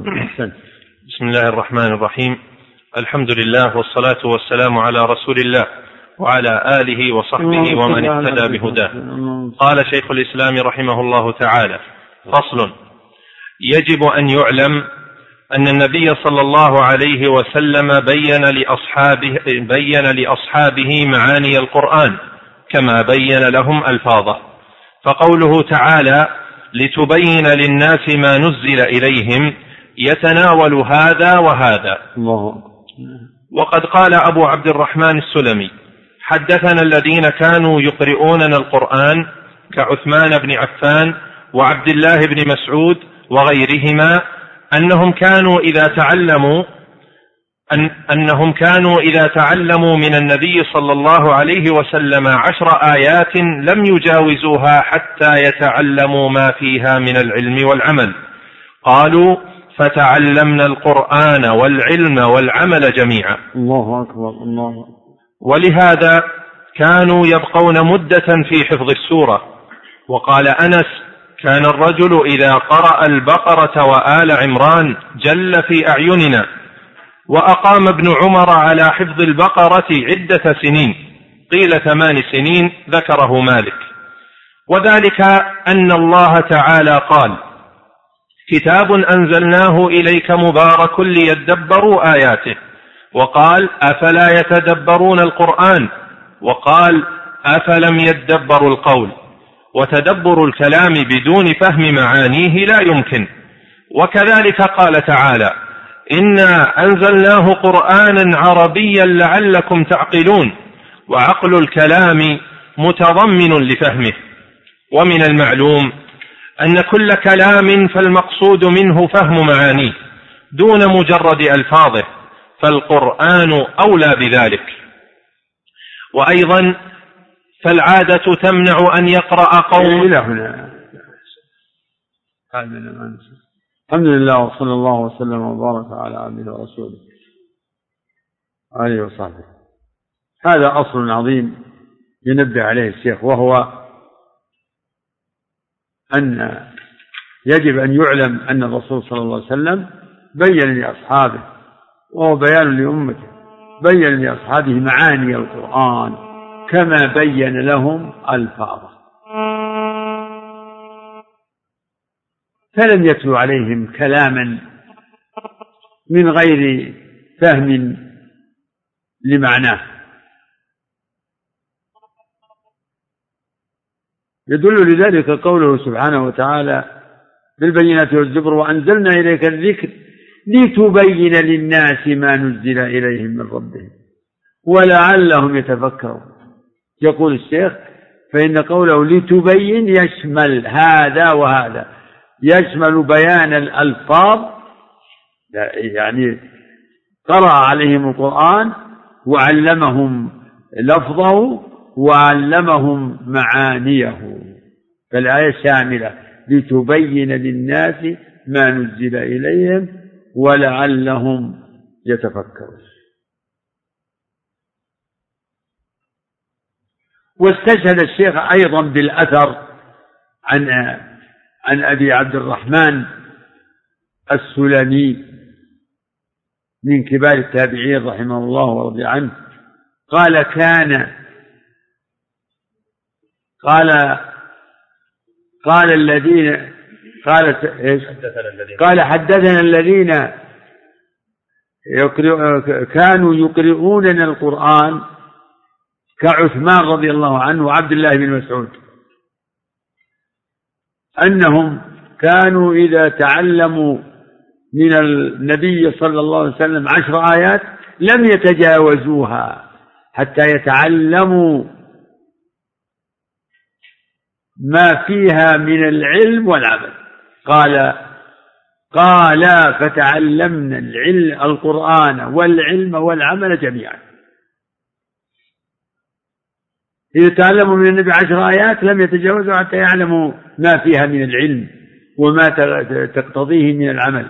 بسم الله الرحمن الرحيم. الحمد لله والصلاة والسلام على رسول الله وعلى آله وصحبه ومن اهتدى بهداه. قال شيخ الإسلام رحمه الله تعالى: فصل. يجب أن يعلم أن النبي صلى الله عليه وسلم بين لأصحابه معاني القرآن كما بين لهم ألفاظه، فقوله تعالى: لتبين للناس ما نزل إليهم يتناول هذا وهذا. وقد قال أبو عبد الرحمن السلمي: حدثنا الذين كانوا يقرؤوننا القرآن كعثمان بن عفان وعبد الله بن مسعود وغيرهما أنهم كانوا إذا تعلموا من النبي صلى الله عليه وسلم 10 آيات لم يجاوزوها حتى يتعلموا ما فيها من العلم والعمل. قالوا: فتعلمنا القرآن والعلم والعمل جميعا. الله أكبر الله أكبر. ولهذا كانوا يبقون مدة في حفظ السورة. وقال أنس: كان الرجل إذا قرأ البقرة وآل عمران جل في أعيننا. وأقام ابن عمر على حفظ البقرة عدة سنين، قيل 8 سنين، ذكره مالك. وذلك أن الله تعالى قال: كتاب أنزلناه إليك مبارك ليدبروا آياته. وقال: أفلا يتدبرون القرآن. وقال: أفلم يدبروا القول. وتدبر الكلام بدون فهم معانيه لا يمكن. وكذلك قال تعالى: إنا أنزلناه قرآنا عربيا لعلكم تعقلون. وعقل الكلام متضمن لفهمه. ومن المعلوم أن كل كلام فالمقصود منه فهم معانيه دون مجرد ألفاظه، فالقرآن أولى بذلك. وأيضا فالعادة تمنع أن يقرأ قوم. الحمد لله وصلى الله وسلم وبارك على عبده ورسوله عليه وصحبه. هذا أصل عظيم ينبه عليه الشيخ، وهو أن يجب أن يعلم أن الرسول صلى الله عليه وسلم بين لأصحابه، وهو بيان لأمته، بين لأصحابه معاني القرآن كما بين لهم ألفاظه، فلم يتلو عليهم كلاما من غير فهم لمعناه. يدل لذلك قوله سبحانه وتعالى بالبينات والزبر: وأنزلنا إليك الذكر لتبين للناس ما نزل إليهم من ربهم ولعلهم يتفكرون. يقول الشيخ: فإن قوله لتبين يشمل هذا وهذا، يشمل بيان الألفاظ، يعني قرأ عليهم القرآن وعلمهم لفظه وعلمهم معانيه، فالآية شاملة: لتبين للناس ما نزل إليهم ولعلهم يتفكرون. واستشهد الشيخ أيضا بالأثر عن أبي عبد الرحمن السلمي من كبار التابعين رحمه الله ورضي عنه، قال: حدثنا الذين كانوا يقرؤوننا القرآن كعثمان رضي الله عنه وعبد الله بن مسعود، أنهم كانوا إذا تعلموا من النبي صلى الله عليه وسلم 10 آيات لم يتجاوزوها حتى يتعلموا ما فيها من العلم والعمل. قال: فتعلمنا القرآن والعلم والعمل جميعا. إذا تعلموا من النبي 10 آيات لم يتجاوزوا حتى يعلموا ما فيها من العلم وما تقتضيه من العمل.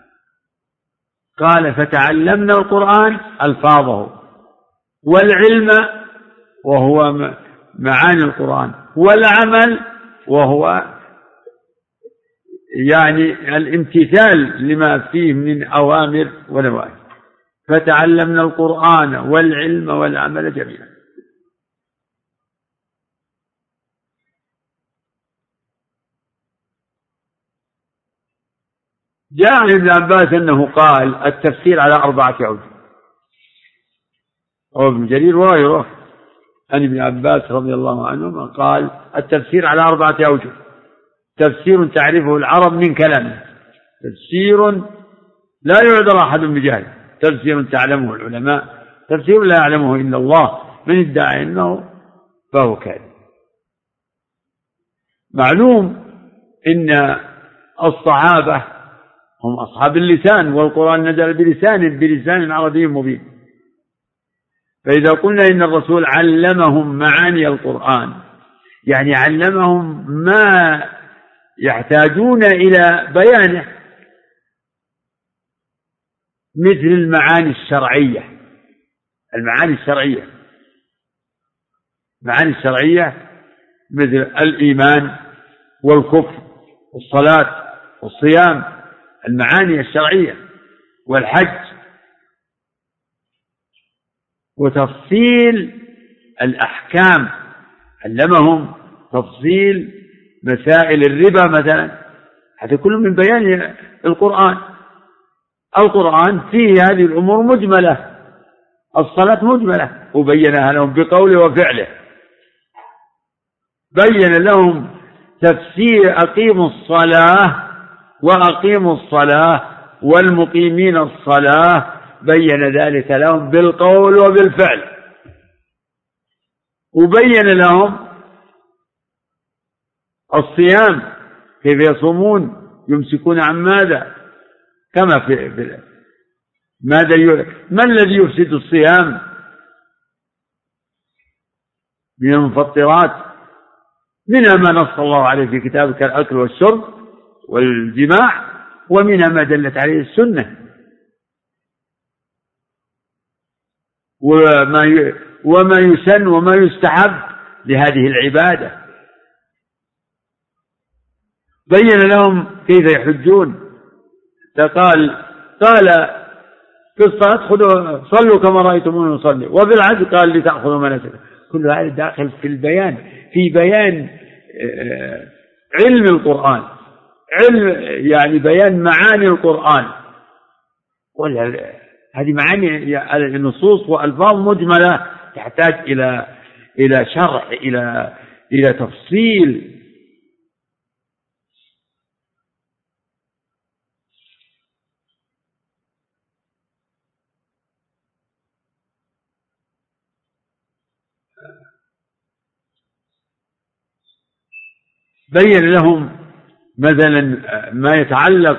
قال: فتعلمنا القرآن ألفاظه، والعلم وهو معاني القرآن، والعمل وهو يعني الامتثال لما فيه من أوامر ونواهي. فتعلمنا القرآن والعلم والعمل جميعا. جاء عن ابن عباس أنه قال التفسير على 4 أوجه، أو ابن جرير وغيره عن ابن عباس رضي الله عنهما قال التفسير على 4 أوجه: تفسير تعرفه العرب من كلامه، تفسير لا يعذر أحد بجهل، تفسير تعلمه العلماء، تفسير لا يعلمه إلا الله، من ادعى أنه فهو كاذب. معلوم إن الصحابة هم أصحاب اللسان، والقرآن نزل بلسان عربي مبين. فإذا قلنا إن الرسول علمهم معاني القرآن، يعني علمهم ما يحتاجون إلى بيانه، مثل المعاني الشرعية. المعاني الشرعية مثل الإيمان والكفر والصلاة والصيام، المعاني الشرعية، والحج، وتفصيل الأحكام. علمهم تفصيل مسائل الربا مثلا، هذا كله من بيان القرآن. القرآن فيه هذه الأمور مجملة، الصلاة مجملة وبينها لهم بقوله وفعله. بين لهم تفسير أقيموا الصلاة وأقيموا الصلاة والمقيمين الصلاة، بين ذلك لهم بالقول وبالفعل. وبين لهم الصيام كيف يصومون، يمسكون عن ماذا، كما في ما الذي يفسد الصيام من المفطرات، منها ما نص الله عليه في كتابه كالأكل والشرب والجماع، ومنها ما دلت عليه السنة، وما يسن وما يستحب لهذه العبادة. بين لهم كيف يحجون، قال في الصلاة صلوا كما رأيتموني نصلي، وفي الحج قال لتأخذوا مناسككم. كل هذا داخل في البيان، في بيان علم القرآن، يعني بيان معاني القرآن. هذه معاني النصوص وألفاظ مجملة تحتاج إلى شرح، إلى تفصيل. بين لهم مثلا ما يتعلق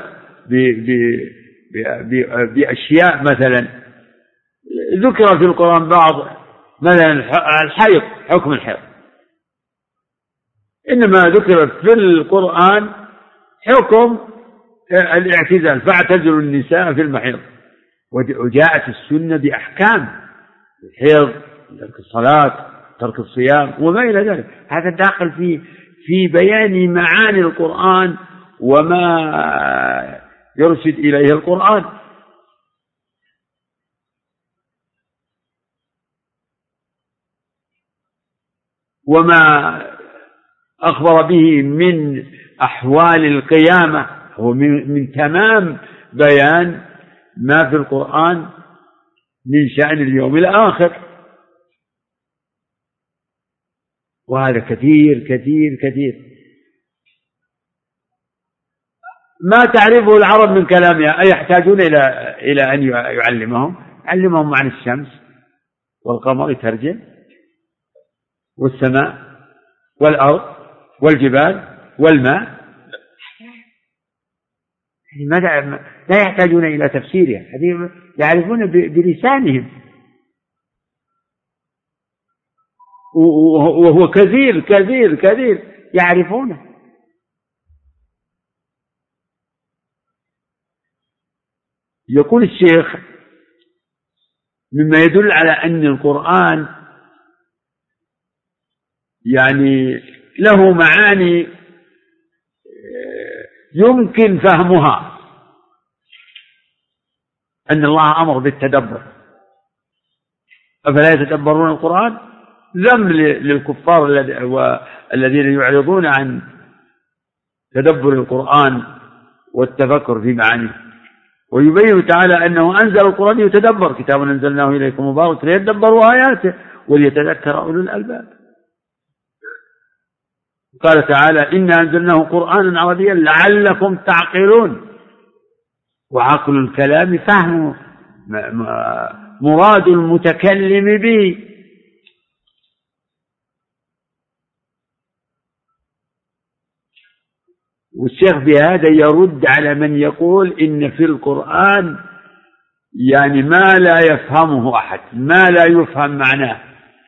بأشياء مثلا ذكر في القرآن بعض، مثلا الحيض، حكم الحيض، إنما ذكر في القرآن حكم الاعتزال، فاعتزلوا النساء في المحيض. وجاءت السنة بأحكام الحيض، ترك الصلاة، ترك الصيام وما إلى ذلك. هذا داخل في بيان معاني القرآن وما يرشد إليه القرآن. وما أخبر به من أحوال القيامة هو من تمام بيان ما في القرآن من شأن اليوم الآخر. وهذا كثير كثير كثير ما تعرفه العرب من كلامها. أيحتاجون إلى أن يعلمهم عن الشمس والقمر يترجم، والسماء والأرض والجبال والماء، لا يحتاجون إلى تفسيرها، هذه يعرفون بلسانهم. وهو كثير كثير كثير يعرفونه. يقول الشيخ مما يدل على أن القرآن يعني له معاني يمكن فهمها، أن الله أمر بالتدبر. أفلا يتدبرون القرآن؟ ذم للكفار الذين يعرضون عن تدبر القرآن والتفكر في معانيه. ويبين تعالى أنه أنزل القرآن يتدبر، كتاب أنزلناه إليكم مبارك ليتدبروا آياته وليتذكر أولو الألباب. قال تعالى إنا أنزلناه قرآنا عربيا لعلكم تعقلون. وعقل الكلام فهم مراد المتكلم به. والشيخ بهذا يرد على من يقول إن في القرآن يعني ما لا يفهمه أحد، ما لا يفهم معناه،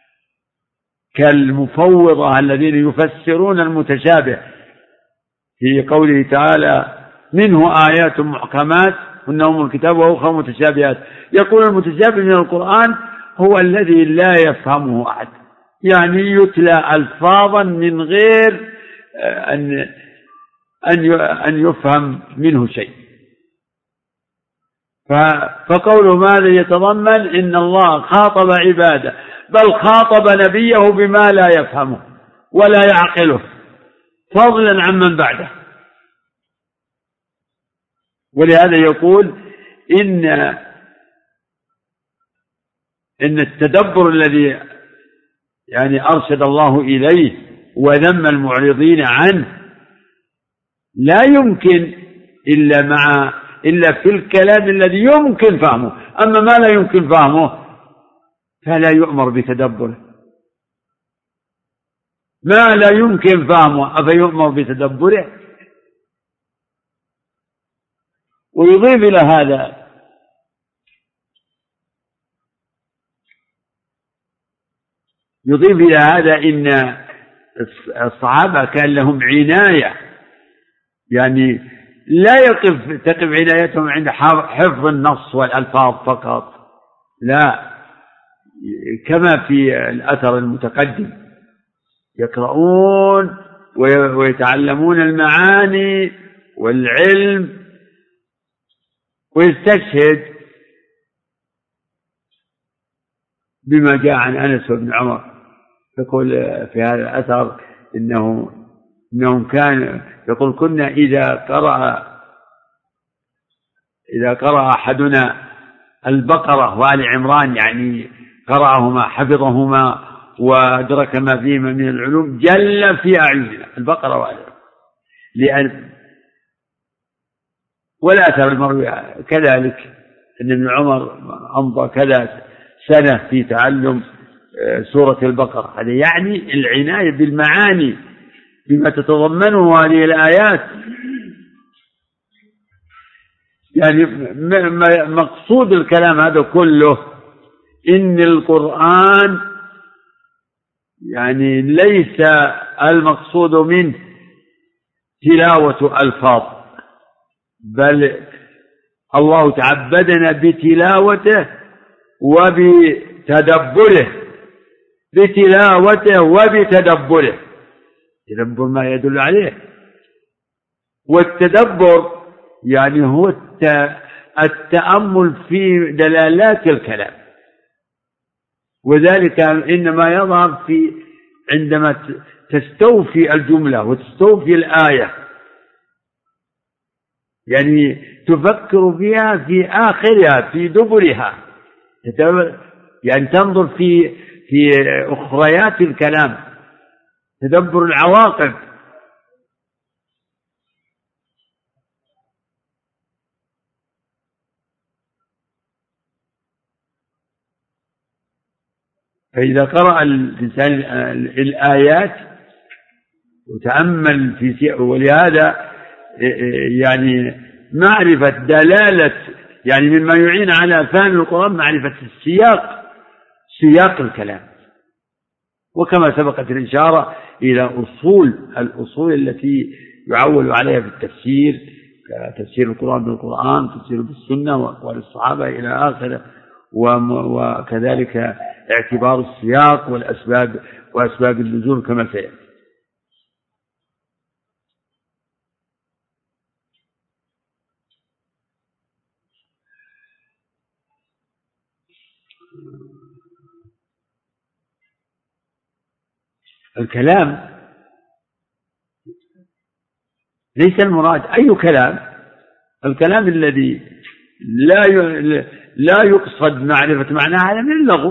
كالمفوضة الذين يفسرون المتشابه في قوله تعالى منه آيات محكمات هن أم الكتاب وأخرى متشابهات. يقول المتشابه من القرآن هو الذي لا يفهمه أحد، يعني يتلى ألفاظا من غير أن يفهم منه شيء. فقوله ماذا يتضمن؟ إن الله خاطب عباده، بل خاطب نبيه بما لا يفهمه ولا يعقله فضلا عن من بعده. ولهذا يقول إن التدبر الذي يعني أرشد الله إليه وذم المعرضين عنه لا يمكن إلا في الكلام الذي يمكن فهمه. أما ما لا يمكن فهمه فلا يؤمر بتدبره. ما لا يمكن فهمه أفيؤمر بتدبره؟ ويضيف إلى هذا إن الصحابة كان لهم عناية، يعني لا تقف عنايتهم عند حفظ النص والألفاظ فقط، لا، كما في الأثر المتقدم يقرؤون ويتعلمون المعاني والعلم ويستشهد بما جاء عن أنس بن عمر. يقول في هذا الأثر إنهم كان يقول كنا إذا قرأ أحدنا البقرة وآل عمران، يعني قرأهما حفظهما وأدرك ما فيهما من العلوم، جل في أعيننا البقرة وآل عمران. والأثر المروي كذلك أن ابن عمر أمضى كذا سنة في تعلم سورة البقرة. هذا يعني العناية بالمعاني بما تتضمنه هذه الآيات. يعني مقصود الكلام هذا كله إن القرآن يعني ليس المقصود منه تلاوة ألفاظ، بل الله تعبدنا بتلاوته وبتدبره، بتلاوته وبتدبره، تدبر ما يدل عليه. والتدبر يعني هو التأمل في دلالات الكلام، وذلك إنما يظهر عندما تستوفي الجملة وتستوفي الآية، يعني تفكر فيها في آخرها في دبرها، يعني تنظر في أخريات الكلام، تدبر العواقب. فإذا قرأ الإنسان الآيات وتأمل في ولهذا يعني معرفة دلالة، يعني مما يعين على فهم القرآن معرفة سياق الكلام، وكما سبقت الإشارة إلى الأصول التي يعول عليها في التفسير، كتفسير القرآن بالقرآن، تفسير بالسنة وأقوال الصحابة إلى آخره، وكذلك اعتبار السياق وأسباب النزول كما سيأتي. الكلام ليس المراد أي كلام، الكلام الذي لا يقصد معرفة معناه هذا من اللغو.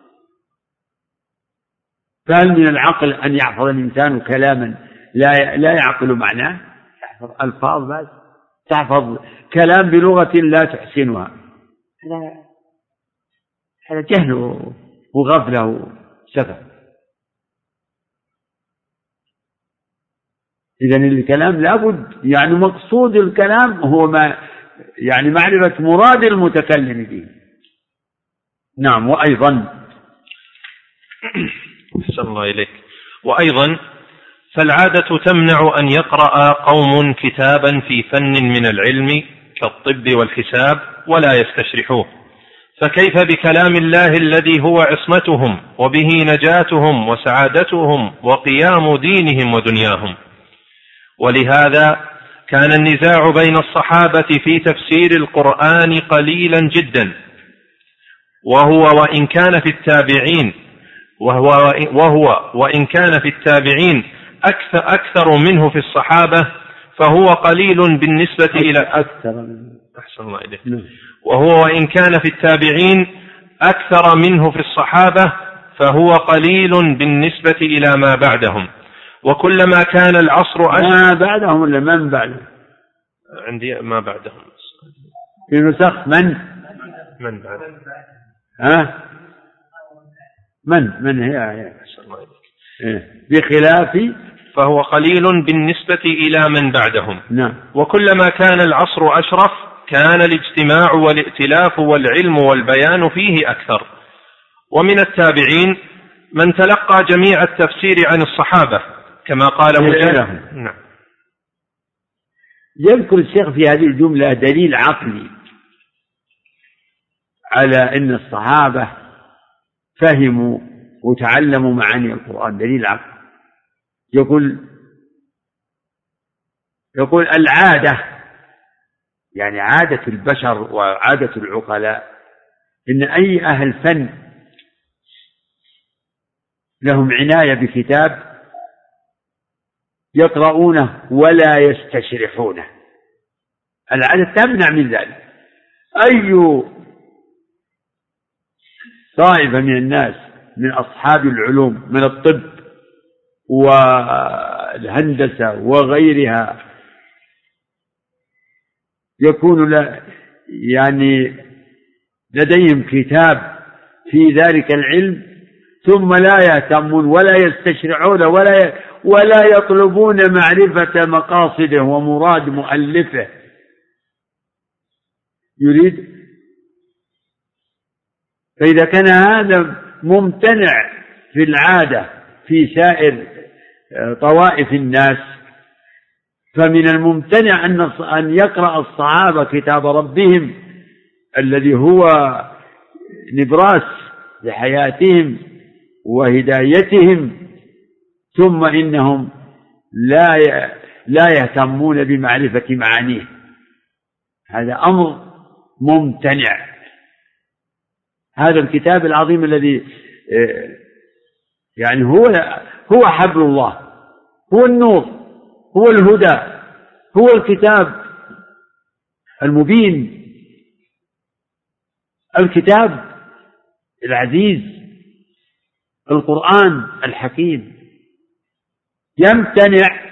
فهل من العقل أن يحفظ الإنسان كلاما لا يعقل معناه؟ تحفظ ألفاظ بس، تحفظ كلام بلغة لا تحسنها، هذا جهل وغفلة وسفه. إذن الكلام لابد يعني مقصود الكلام هو ما يعني معرفة مراد المتكلم به. نعم. وأيضا أحسن الله إليك. وأيضا فالعادة تمنع أن يقرأ قوم كتابا في فن من العلم كالطب والحساب ولا يستشرحوه، فكيف بكلام الله الذي هو عصمتهم وبه نجاتهم وسعادتهم وقيام دينهم ودنياهم. ولهذا كان النزاع بين الصحابة في تفسير القرآن قليلا جدا، وإن كان في التابعين أكثر منه في الصحابة فهو قليل بالنسبة إلى أحسن الله إليه. وإن كان في التابعين أكثر منه في الصحابة فهو قليل بالنسبة إلى ما بعدهم. وكلما كان العصر ما بعدهم ولا من بعدهم؟ عندي ما بعدهم في نسخ من بعدهم. من هي بخلاف فهو قليل بالنسبة إلى من بعدهم. نعم. وكلما كان العصر أشرف كان الاجتماع والائتلاف والعلم والبيان فيه أكثر. ومن التابعين من تلقى جميع التفسير عن الصحابة كما قال مجاهد. نعم. يذكر الشيخ في هذه الجملة دليل عقلي على أن الصحابة فهموا وتعلموا معاني القرآن، دليل عقلي. يقول العادة، يعني عادة البشر وعادة العقلاء، إن أي أهل فن لهم عناية بكتاب يقرؤونه ولا يستشرحونه، العادة تمنع من ذلك. أي طائفة من الناس من أصحاب العلوم من الطب والهندسة وغيرها يكون يعني لديهم كتاب في ذلك العلم ثم لا يهتمون ولا يستشرعون ولا يطلبون معرفة مقاصده ومراد مؤلفه يريد. فإذا كان هذا ممتنع في العادة في سائر طوائف الناس، فمن الممتنع أن يقرأ الصحابة كتاب ربهم الذي هو نبراس لحياتهم وهدايتهم، ثم إنهم لا يهتمون بمعرفة معانيه. هذا أمر ممتنع. هذا الكتاب العظيم الذي يعني هو حبل الله، هو النور، هو الهدى، هو الكتاب المبين، الكتاب العزيز، القرآن الحكيم، يمتنع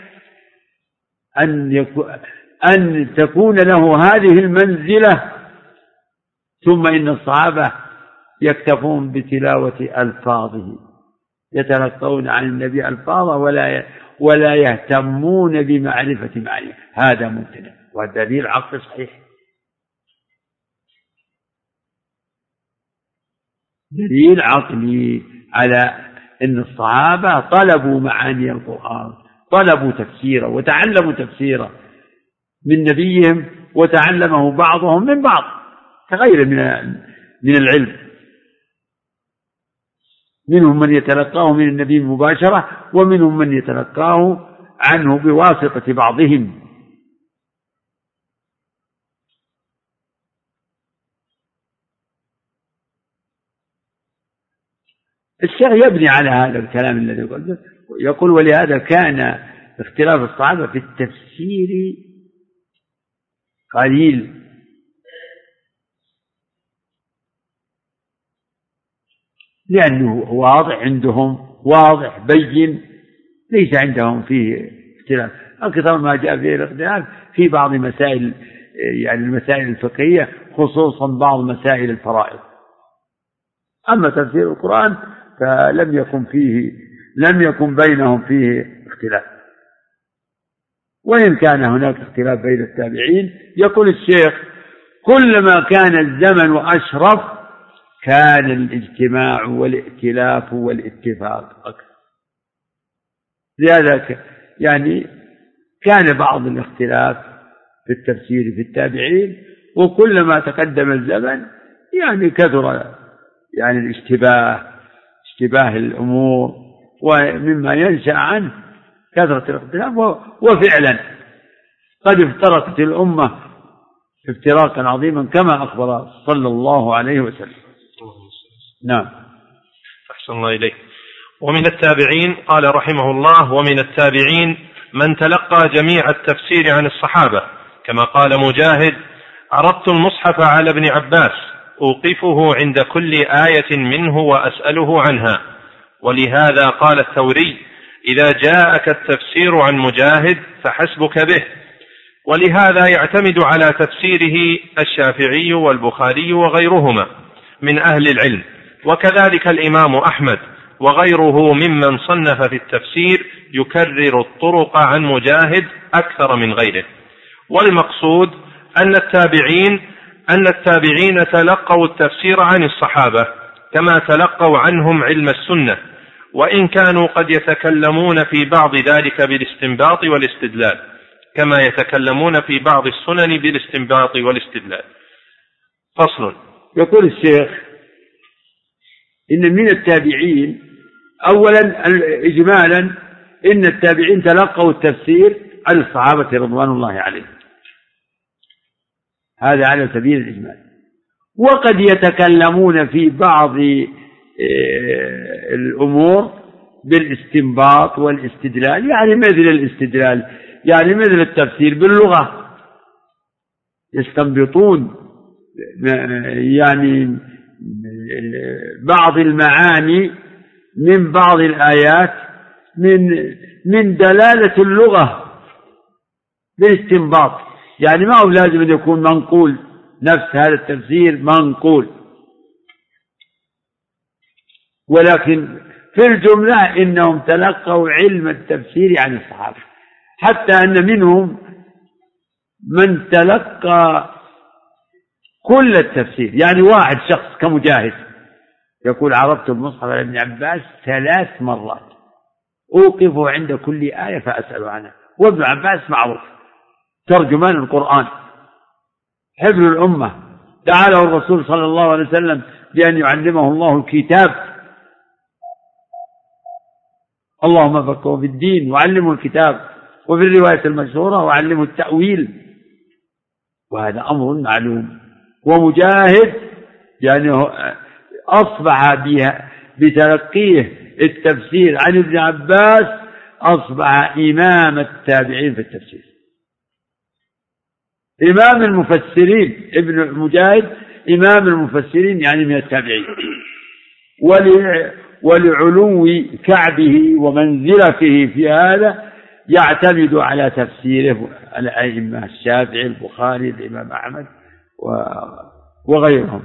أن تكون له هذه المنزلة، ثم إن الصحابة يكتفون بتلاوة ألفاظه، يتلقون عن النبي ألفاظه ولا يهتمون بمعرفة معانيه. هذا ممتنع، والدليل عقل صحيح، دليل عقلي على أن الصحابة طلبوا معاني القرآن، طلبوا تفسيره وتعلموا تفسيره من نبيهم، وتعلمه بعضهم من بعض كغير من العلم. منهم من يتلقاه من النبي مباشرة، ومنهم من يتلقاه عنه بواسطة بعضهم. الشيخ يبني على هذا الكلام الذي قلته يقول ولهذا كان اختلاف الصحابة في التفسير قليل، لأنه واضح عندهم، واضح بين، ليس عندهم فيه اختلاف. أكثر ما جاء فيه الاختلاف في بعض مسائل، يعني المسائل الفقهية، خصوصا بعض مسائل الفرائض. أما تفسير القرآن لم يكن بينهم فيه اختلاف. وإن كان هناك اختلاف بين التابعين، يقول الشيخ كلما كان الزمن أشرف كان الاجتماع والائتلاف والاتفاق أكثر. لذلك يعني كان بعض الاختلاف في التفسير في التابعين، وكلما تقدم الزمن يعني كثر يعني اشتباه الأمور، ومما ينشأ عنه كثرة الاختلاف. وفعلا قد افترقت الأمة افتراقا عظيما كما أخبر صلى الله عليه وسلم. نعم. أحسن الله إليك. ومن التابعين قال رحمه الله: ومن التابعين من تلقى جميع التفسير عن الصحابة، كما قال مجاهد: عرضت المصحف على ابن عباس أوقفه عند كل آية منه وأسأله عنها. ولهذا قال الثوري: إذا جاءك التفسير عن مجاهد فحسبك به. ولهذا يعتمد على تفسيره الشافعي والبخاري وغيرهما من أهل العلم، وكذلك الإمام أحمد وغيره ممن صنف في التفسير يكرر الطرق عن مجاهد أكثر من غيره. والمقصود أن التابعين تلقوا التفسير عن الصحابة كما تلقوا عنهم علم السنة، وإن كانوا قد يتكلمون في بعض ذلك بالاستنباط والاستدلال، كما يتكلمون في بعض السنن بالاستنباط والاستدلال. فصل. يقول الشيخ: إن من التابعين أولا إجمالا إن التابعين تلقوا التفسير عن الصحابة رضوان الله عليهم، هذا على سبيل الإجمال. وقد يتكلمون في بعض الأمور بالاستنباط والاستدلال، يعني مثل الاستدلال، يعني مثل التفسير باللغة، يستنبطون يعني بعض المعاني من بعض الآيات من دلالة اللغة بالاستنباط. يعني ما هو لازم أن يكون منقول، نفس هذا التفسير منقول، ولكن في الجملة إنهم تلقوا علم التفسير عن الصحابة، حتى أن منهم من تلقى كل التفسير. يعني واحد شخص كمجاهد يقول: عرضت المصحف على ابن عباس 3 مرات أوقفه عند كل آية فأسأل عنها. وابن عباس معروف ترجمان القرآن، حبر الأمة، دعا له الرسول صلى الله عليه وسلم بأن يعلمه الله الكتاب، اللهم فقهه في الدين وعلمه الكتاب، وفي الرواية المشهورة وعلمه التأويل، وهذا أمر معلوم. ومجاهد يعني أصبح بتلقيه التفسير عن ابن عباس أصبح إمام التابعين في التفسير، إمام المفسرين. ابن مجاهد إمام المفسرين يعني من التابعين، ولعلو كعبه ومنزلته في هذا يعتمد على تفسيره الأئمة الشافعي، البخاري، الإمام أحمد وغيرهم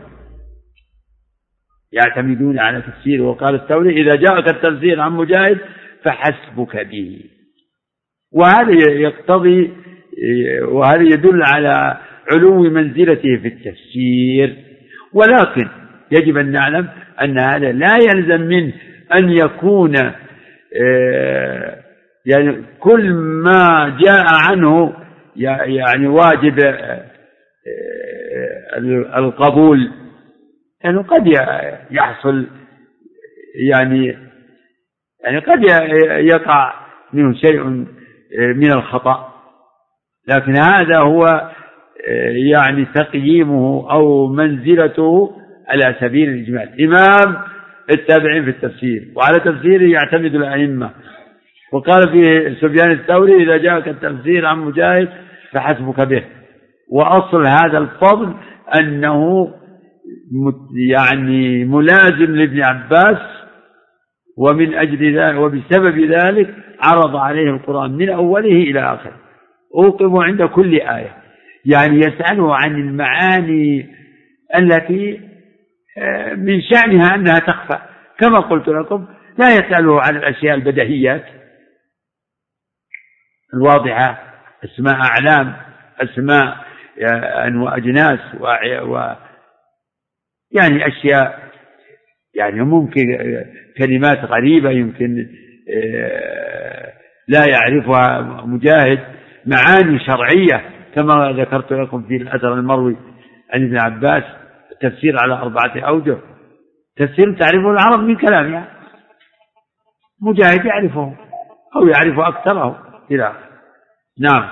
يعتمدون على تفسيره. وقال الثوري: إذا جاءك التفسير عن مجاهد فحسبك به. وهذا يقتضي، وهذا يدل على علو منزلته في التفسير. ولكن يجب أن نعلم أن هذا لا يلزم منه أن يكون يعني كل ما جاء عنه يعني واجب القبول، يعني قد يحصل يعني قد يقع منه شيء من الخطأ، لكن هذا هو يعني تقييمه أو منزلته على سبيل الإجمال. إمام التابعين في التفسير، وعلى تفسيره يعتمد الأئمة وقال في سفيان الثوري إذا جاءك التفسير عن مجاهد فحسبك به. وأصل هذا الفضل أنه يعني ملازم لابن عباس، ومن أجل ذلك وبسبب ذلك عرض عليه القرآن من أوله إلى آخره، أوقف عند كل آية، يعني يسأله عن المعاني التي من شأنها أنها تخفى، كما قلت لكم لا يسأله عن الأشياء البديهيات الواضحة، أسماء أعلام، أسماء وأجناس يعني أشياء يعني ممكن كلمات غريبة يمكن لا يعرفها مجاهد، معاني شرعية كما ذكرت لكم في الأثر المروي عن ابن عباس، تفسير على 4 أوجه، تفسير تعرفه العرب من كلامها، مجاهد يعرفه أو يعرف أكثره إلى. نعم.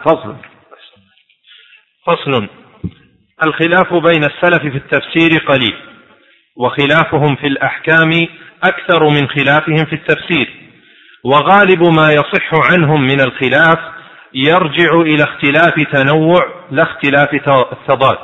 فصل. الخلاف بين السلف في التفسير قليل، وخلافهم في الأحكام أكثر من خلافهم في التفسير، وغالب ما يصح عنهم من الخلاف يرجع إلى اختلاف تنوع لا اختلاف تضاد.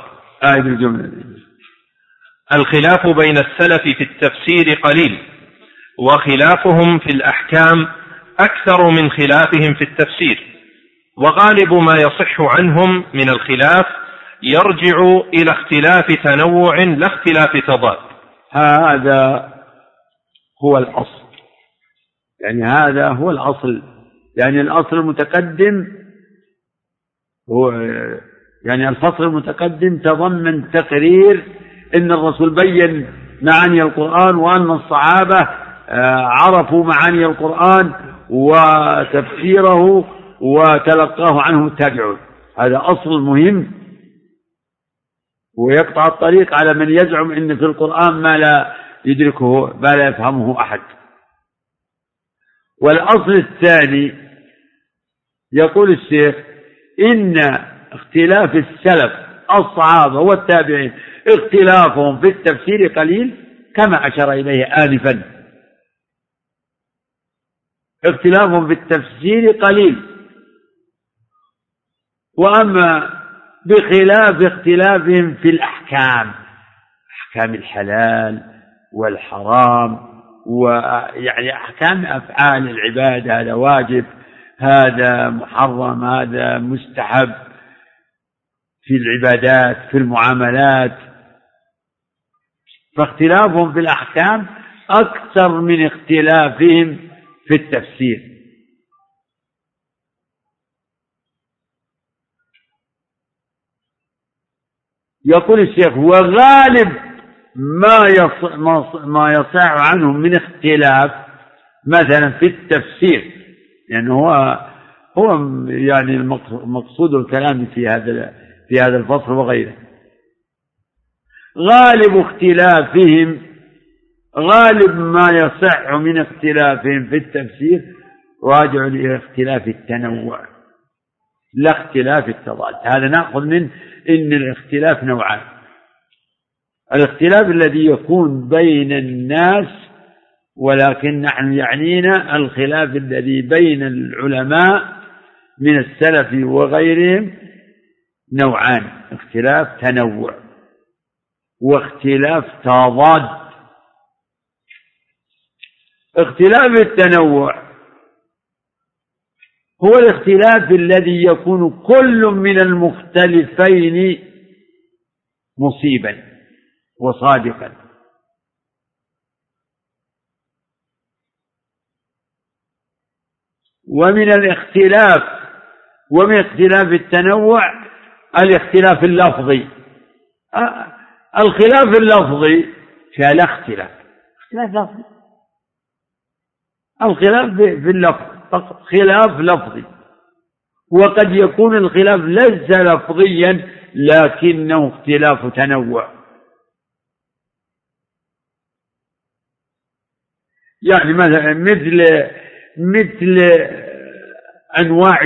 الخلاف بين السلف في التفسير قليل، وخلافهم في الأحكام أكثر من خلافهم في التفسير، وغالب ما يصح عنهم من الخلاف يرجع إلى اختلاف تنوع لا اختلاف تضاد. هذا هو الأصل، يعني هذا هو الأصل، يعني الأصل المتقدم هو يعني الفصل المتقدم تضمن تقرير إن الرسول بين معاني القرآن، وأن الصحابة عرفوا معاني القرآن وتفسيره وتلقاه عنهم التابعون. هذا أصل مهم، ويقطع الطريق على من يزعم إن في القرآن ما لا يدركه ما لا يفهمه أحد. والأصل الثاني يقول الشيخ إن اختلاف السلف الصحابة والتابعين اختلافهم في التفسير قليل، كما أشار إليه آنفا، اختلافهم في التفسير قليل، وأما بخلاف اختلافهم في الأحكام، أحكام الحلال والحرام، ويعني أحكام أفعال العبادة، هذا واجب، هذا محرم، هذا مستحب، في العبادات، في المعاملات، فاختلافهم في الأحكام أكثر من اختلافهم في التفسير. يقول الشيخ وغالب ما يصح عنهم من اختلاف مثلا في التفسير، يعني هو يعني المقصود الكلام في هذا الفصل وغيره، غالب ما يصح من اختلافهم في التفسير راجع إلى اختلاف التنوع لا اختلاف التضاد. هذا نأخذ منه إن الاختلاف نوعان: الاختلاف الذي يكون بين الناس، ولكن نحن يعنينا الخلاف الذي بين العلماء من السلف وغيرهم نوعان: اختلاف تنوع واختلاف تضاد. اختلاف التنوع هو الاختلاف الذي يكون كل من المختلفين مصيبا وصادقا، ومن اختلاف التنوع الاختلاف اللفظي. الخلاف اللفظي فلا اختلاف لفظي، الخلاف في اللفظ فقط خلاف لفظي، وقد يكون الخلاف ليس لفظيا لكنه اختلاف تنوع. يعني مثلا مثل أنواع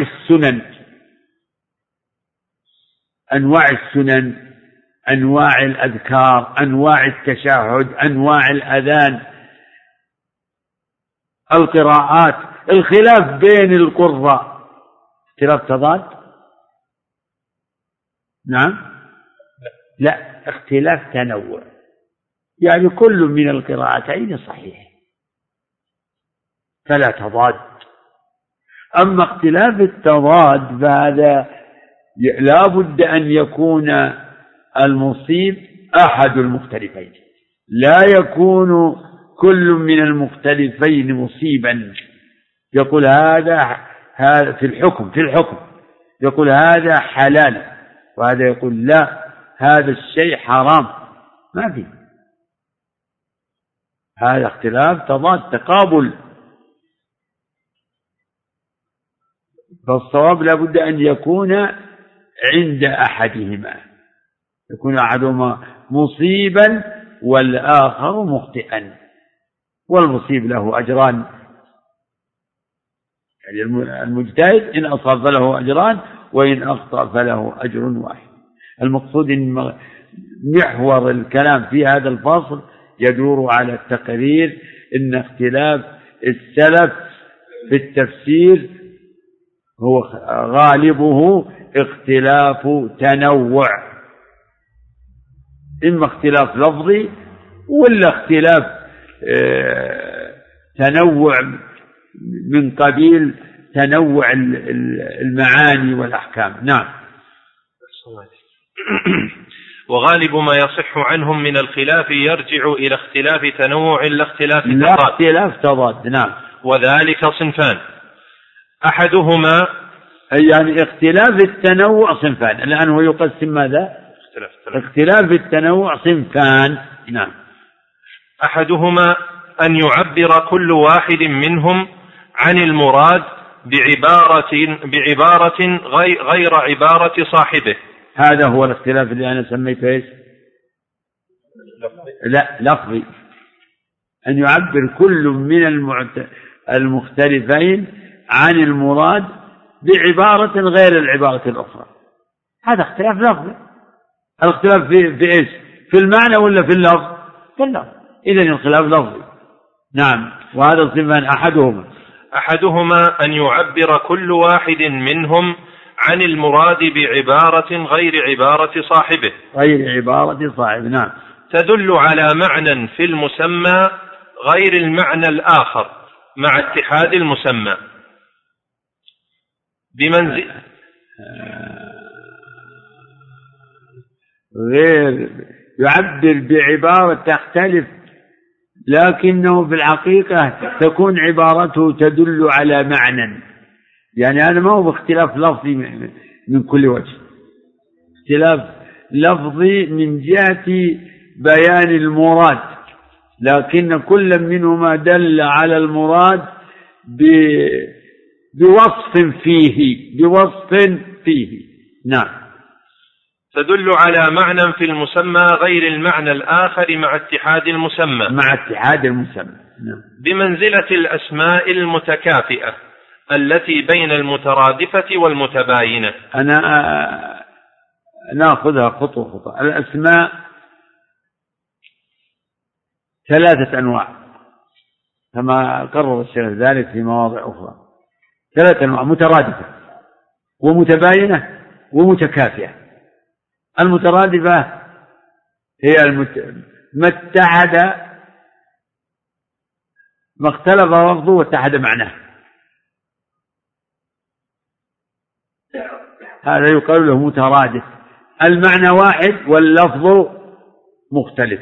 السنن، أنواع الأذكار، أنواع التشهد، أنواع الأذان، القراءات، الخلاف بين القراء اختلاف تضاد؟ نعم، لا، اختلاف تنوع، يعني كل من القراءتين صحيح فلا تضاد. أما اختلاف التضاد فهذا لا بد أن يكون المصيب أحد المختلفين، لا يكون كل من المختلفين مصيبا. يقول هذا في الحكم يقول هذا حلال، وهذا يقول لا هذا الشيء حرام، ما في، هذا اختلاف تضاد تقابل. فالصواب لا بد أن يكون عند أحدهما، يكون أحدهما مصيبا والآخر مخطئا، والمصيب له أجران، يعني المجتهد إن أصاب فله أجران وإن أخطأ فله أجر واحد. المقصود أن محور الكلام في هذا الفصل يدور على التقرير أن اختلاف السلف في التفسير هو غالبه اختلاف تنوع، إما اختلاف لفظي ولا اختلاف تنوع من قبيل تنوع المعاني والأحكام. نعم. وغالب ما يصح عنهم من الخلاف يرجع إلى اختلاف تنوع لا اختلاف تضاد. نعم. وذلك صنفان، أحدهما يعني اختلاف التنوع صنفان، الآن هو يقسم ماذا؟ اختلاف التنوع صنفان. نعم. أحدهما أن يعبر كل واحد منهم عن المراد بعبارة غير عبارة صاحبه. هذا هو الاختلاف اللي أنا سميته إيش؟ لا، لفظي، أن يعبر كل من المختلفين عن المراد بعبارة غير العبارة الأخرى، هذا اختلاف لفظي. الاختلاف في إيش؟ في المعنى ولا في اللفظ؟ في اللفظ، إذن الخلاف لفظي. نعم. وهذا الصنفان أحدهما أن يعبر كل واحد منهم عن المراد بعبارة غير عبارة صاحبه. نعم. تدل على معنى في المسمى غير المعنى الآخر مع اتحاد المسمى غير يعبر بعبارة تختلف، لكنه في الحقيقة تكون عبارته تدل على معنى، يعني هذا ما هو باختلاف لفظي من كل وجه، اختلاف لفظي من جهة بيان المراد، لكن كل منهما دل على المراد بوصف فيه. نعم. تدل على معنى في المسمى غير المعنى الآخر مع اتحاد المسمى. نعم. بمنزلة الأسماء المتكافئة التي بين المترادفة والمتباينة. أنا نأخذها خطوة. الأسماء 3 أنواع كما قرر الشيخ ذلك في مواضع أخرى، 3 أنواع: مترادفة ومتباينة ومتكافئة. المترادفة هي ما اتحد، ما اختلف لفظه واتحد معناه، هذا يقال له مترادف، المعنى واحد واللفظ مختلف.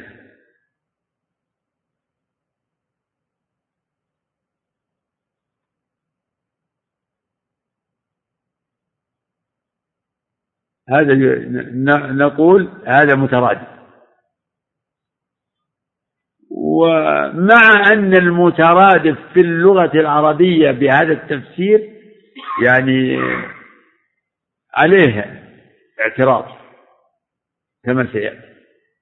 هذا نقول هذا مترادف. ومع أن المترادف في اللغة العربية بهذا التفسير يعني عليه اعتراض كما سيأتي،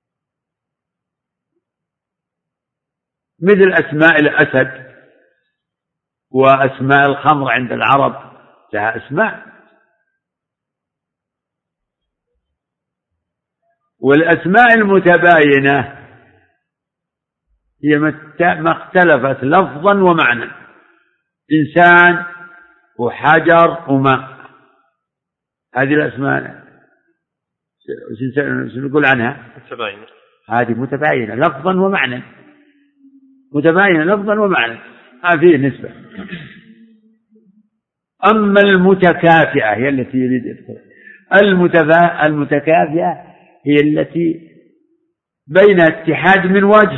مثل أسماء الأسد وأسماء الخمر عند العرب لها أسماء، والأسماء المتباينة هي ما اختلفت لفظا ومعنى، إنسان وحجر وماء، هذه الأسماء نقول عنها متباينة، هذه متباينة لفظا ومعنى، متباينة لفظا ومعنى، ما فيه نسبة. أما المتكافئة هي التي يريد يدخل، المتكافئة هي التي بين اتحاد من وجه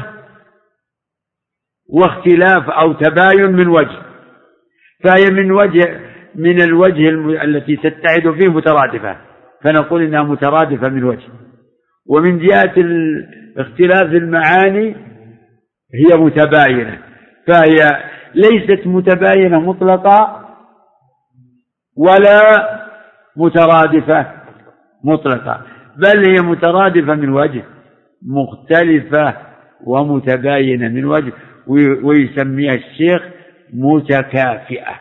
واختلاف أو تباين من وجه، فهي من الوجه التي تتحد فيه مترادفة، فنقول إنها مترادفة من وجه. ومن جهة اختلاف المعاني هي متباينة، فهي ليست متباينة مطلقة ولا مترادفة مطلقة، بل هي مترادفة من وجه، مختلفة ومتباينة من وجه، ويسميها الشيخ متكافئة.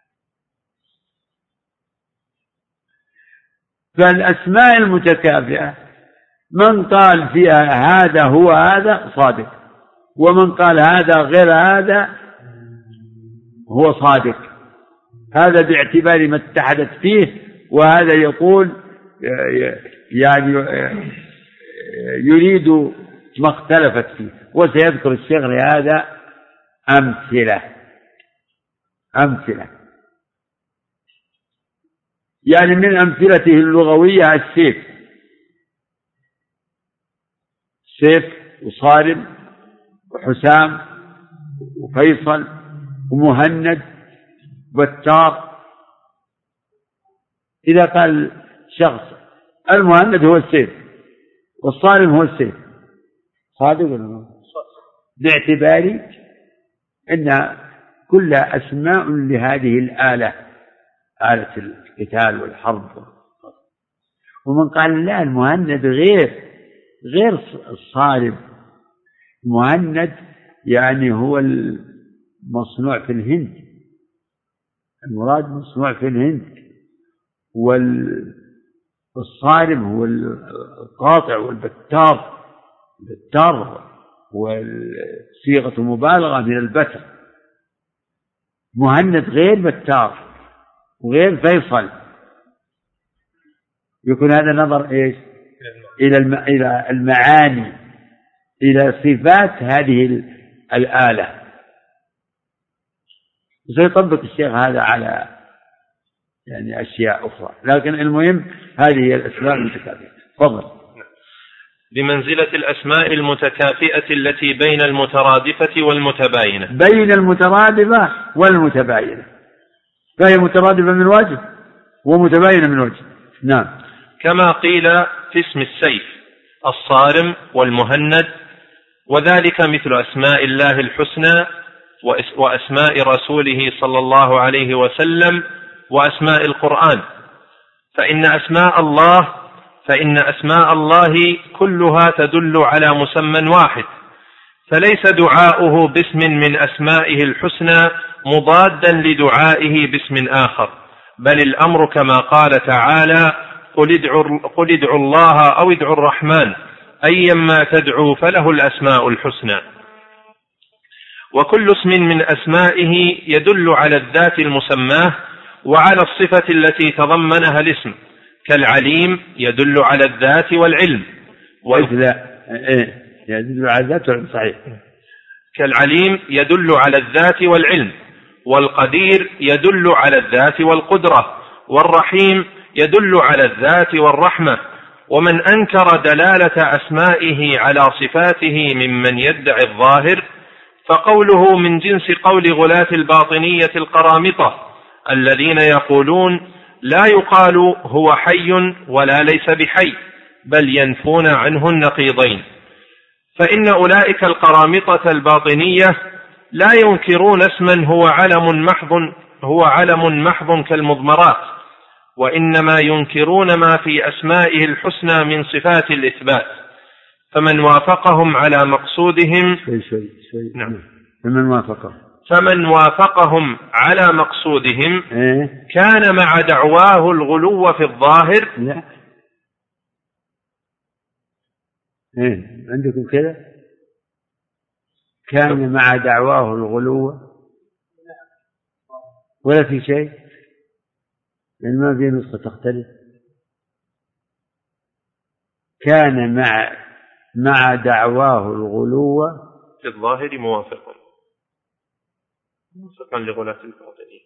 فالأسماء المتكافئة من قال فيها هذا هو هذا صادق، ومن قال هذا غير هذا هو صادق، هذا باعتبار ما اتحدت فيه، وهذا يقول يعني يريد ما اختلفت فيه. وسيذكر الشيخ لهذا أمثلة يعني من أمثلته اللغوية السيف، سيف وصارم وحسام وفيصل ومهند وبتار. إذا قال شخص المهند هو السيف والصارم هو السيف، صادق ولا لا؟ باعتبار أن كل أسماء لهذه الآلة، آلة القتال والحرب. ومن قال لا المهند غير الصارم، المهند يعني هو المصنوع في الهند، المراد مصنوع في الهند، والصارم هو القاطع والبتار، والصيغة مبالغة من البتر. مهند غير بتار وغير فيصل. يكون هذا نظر إيش؟ إلى المعاني، إلى صفات هذه الآلة. سيطبق الشيخ هذا على يعني أشياء أخرى، لكن المهم هذه هي الأسماء المتكافئة. تفضل. بمنزلة الأسماء المتكافئة التي بين المترادفة والمتباينة. بين المترادفة والمتباينة، فهي مترادفة من وجه ومتباينة من وجه. نعم. كما قيل في اسم السيف الصارم والمهند، وذلك مثل أسماء الله الحسنى وأسماء رسوله صلى الله عليه وسلم وأسماء القرآن. فإن أسماء الله كلها تدل على مسمى واحد، فليس دعاؤه باسم من أسمائه الحسنى مضادا لدعائه باسم آخر، بل الأمر كما قال تعالى: قل ادعوا الله أو ادعوا الرحمن أيما تدعوا فله الأسماء الحسنى. وكل اسم من أسمائه يدل على الذات المسماه وعلى الصفة التي تضمنها الاسم، كالعليم يدل على الذات والعلم يدل على الذات والعلم، صحيح. كالعليم يدل على الذات والعلم، والقدير يدل على الذات والقدرة، والرحيم يدل على الذات والرحمة. ومن أنكر دلالة أسمائه على صفاته ممن يدعي الظاهر فقوله من جنس قول غلاة الباطنية القرامطة الذين يقولون لا يقال هو حي ولا ليس بحي، بل ينفون عنه النقيضين. فإن أولئك القرامطة الباطنية لا ينكرون اسما هو علم محض كالمضمرات، وإنما ينكرون ما في أسمائه الحسنى من صفات الإثبات. فمن وافقهم على مقصودهم نعم. فمن وافقهم على مقصودهم كان مع دعواه الغلو في الظاهر. عندكم كذا كان مع دعواه الغلو ولا في شيء؟ يعني ما في نسخة تختلف. كان مع دعواه الغلو في الظاهر موافقا لغلاة الباطنية.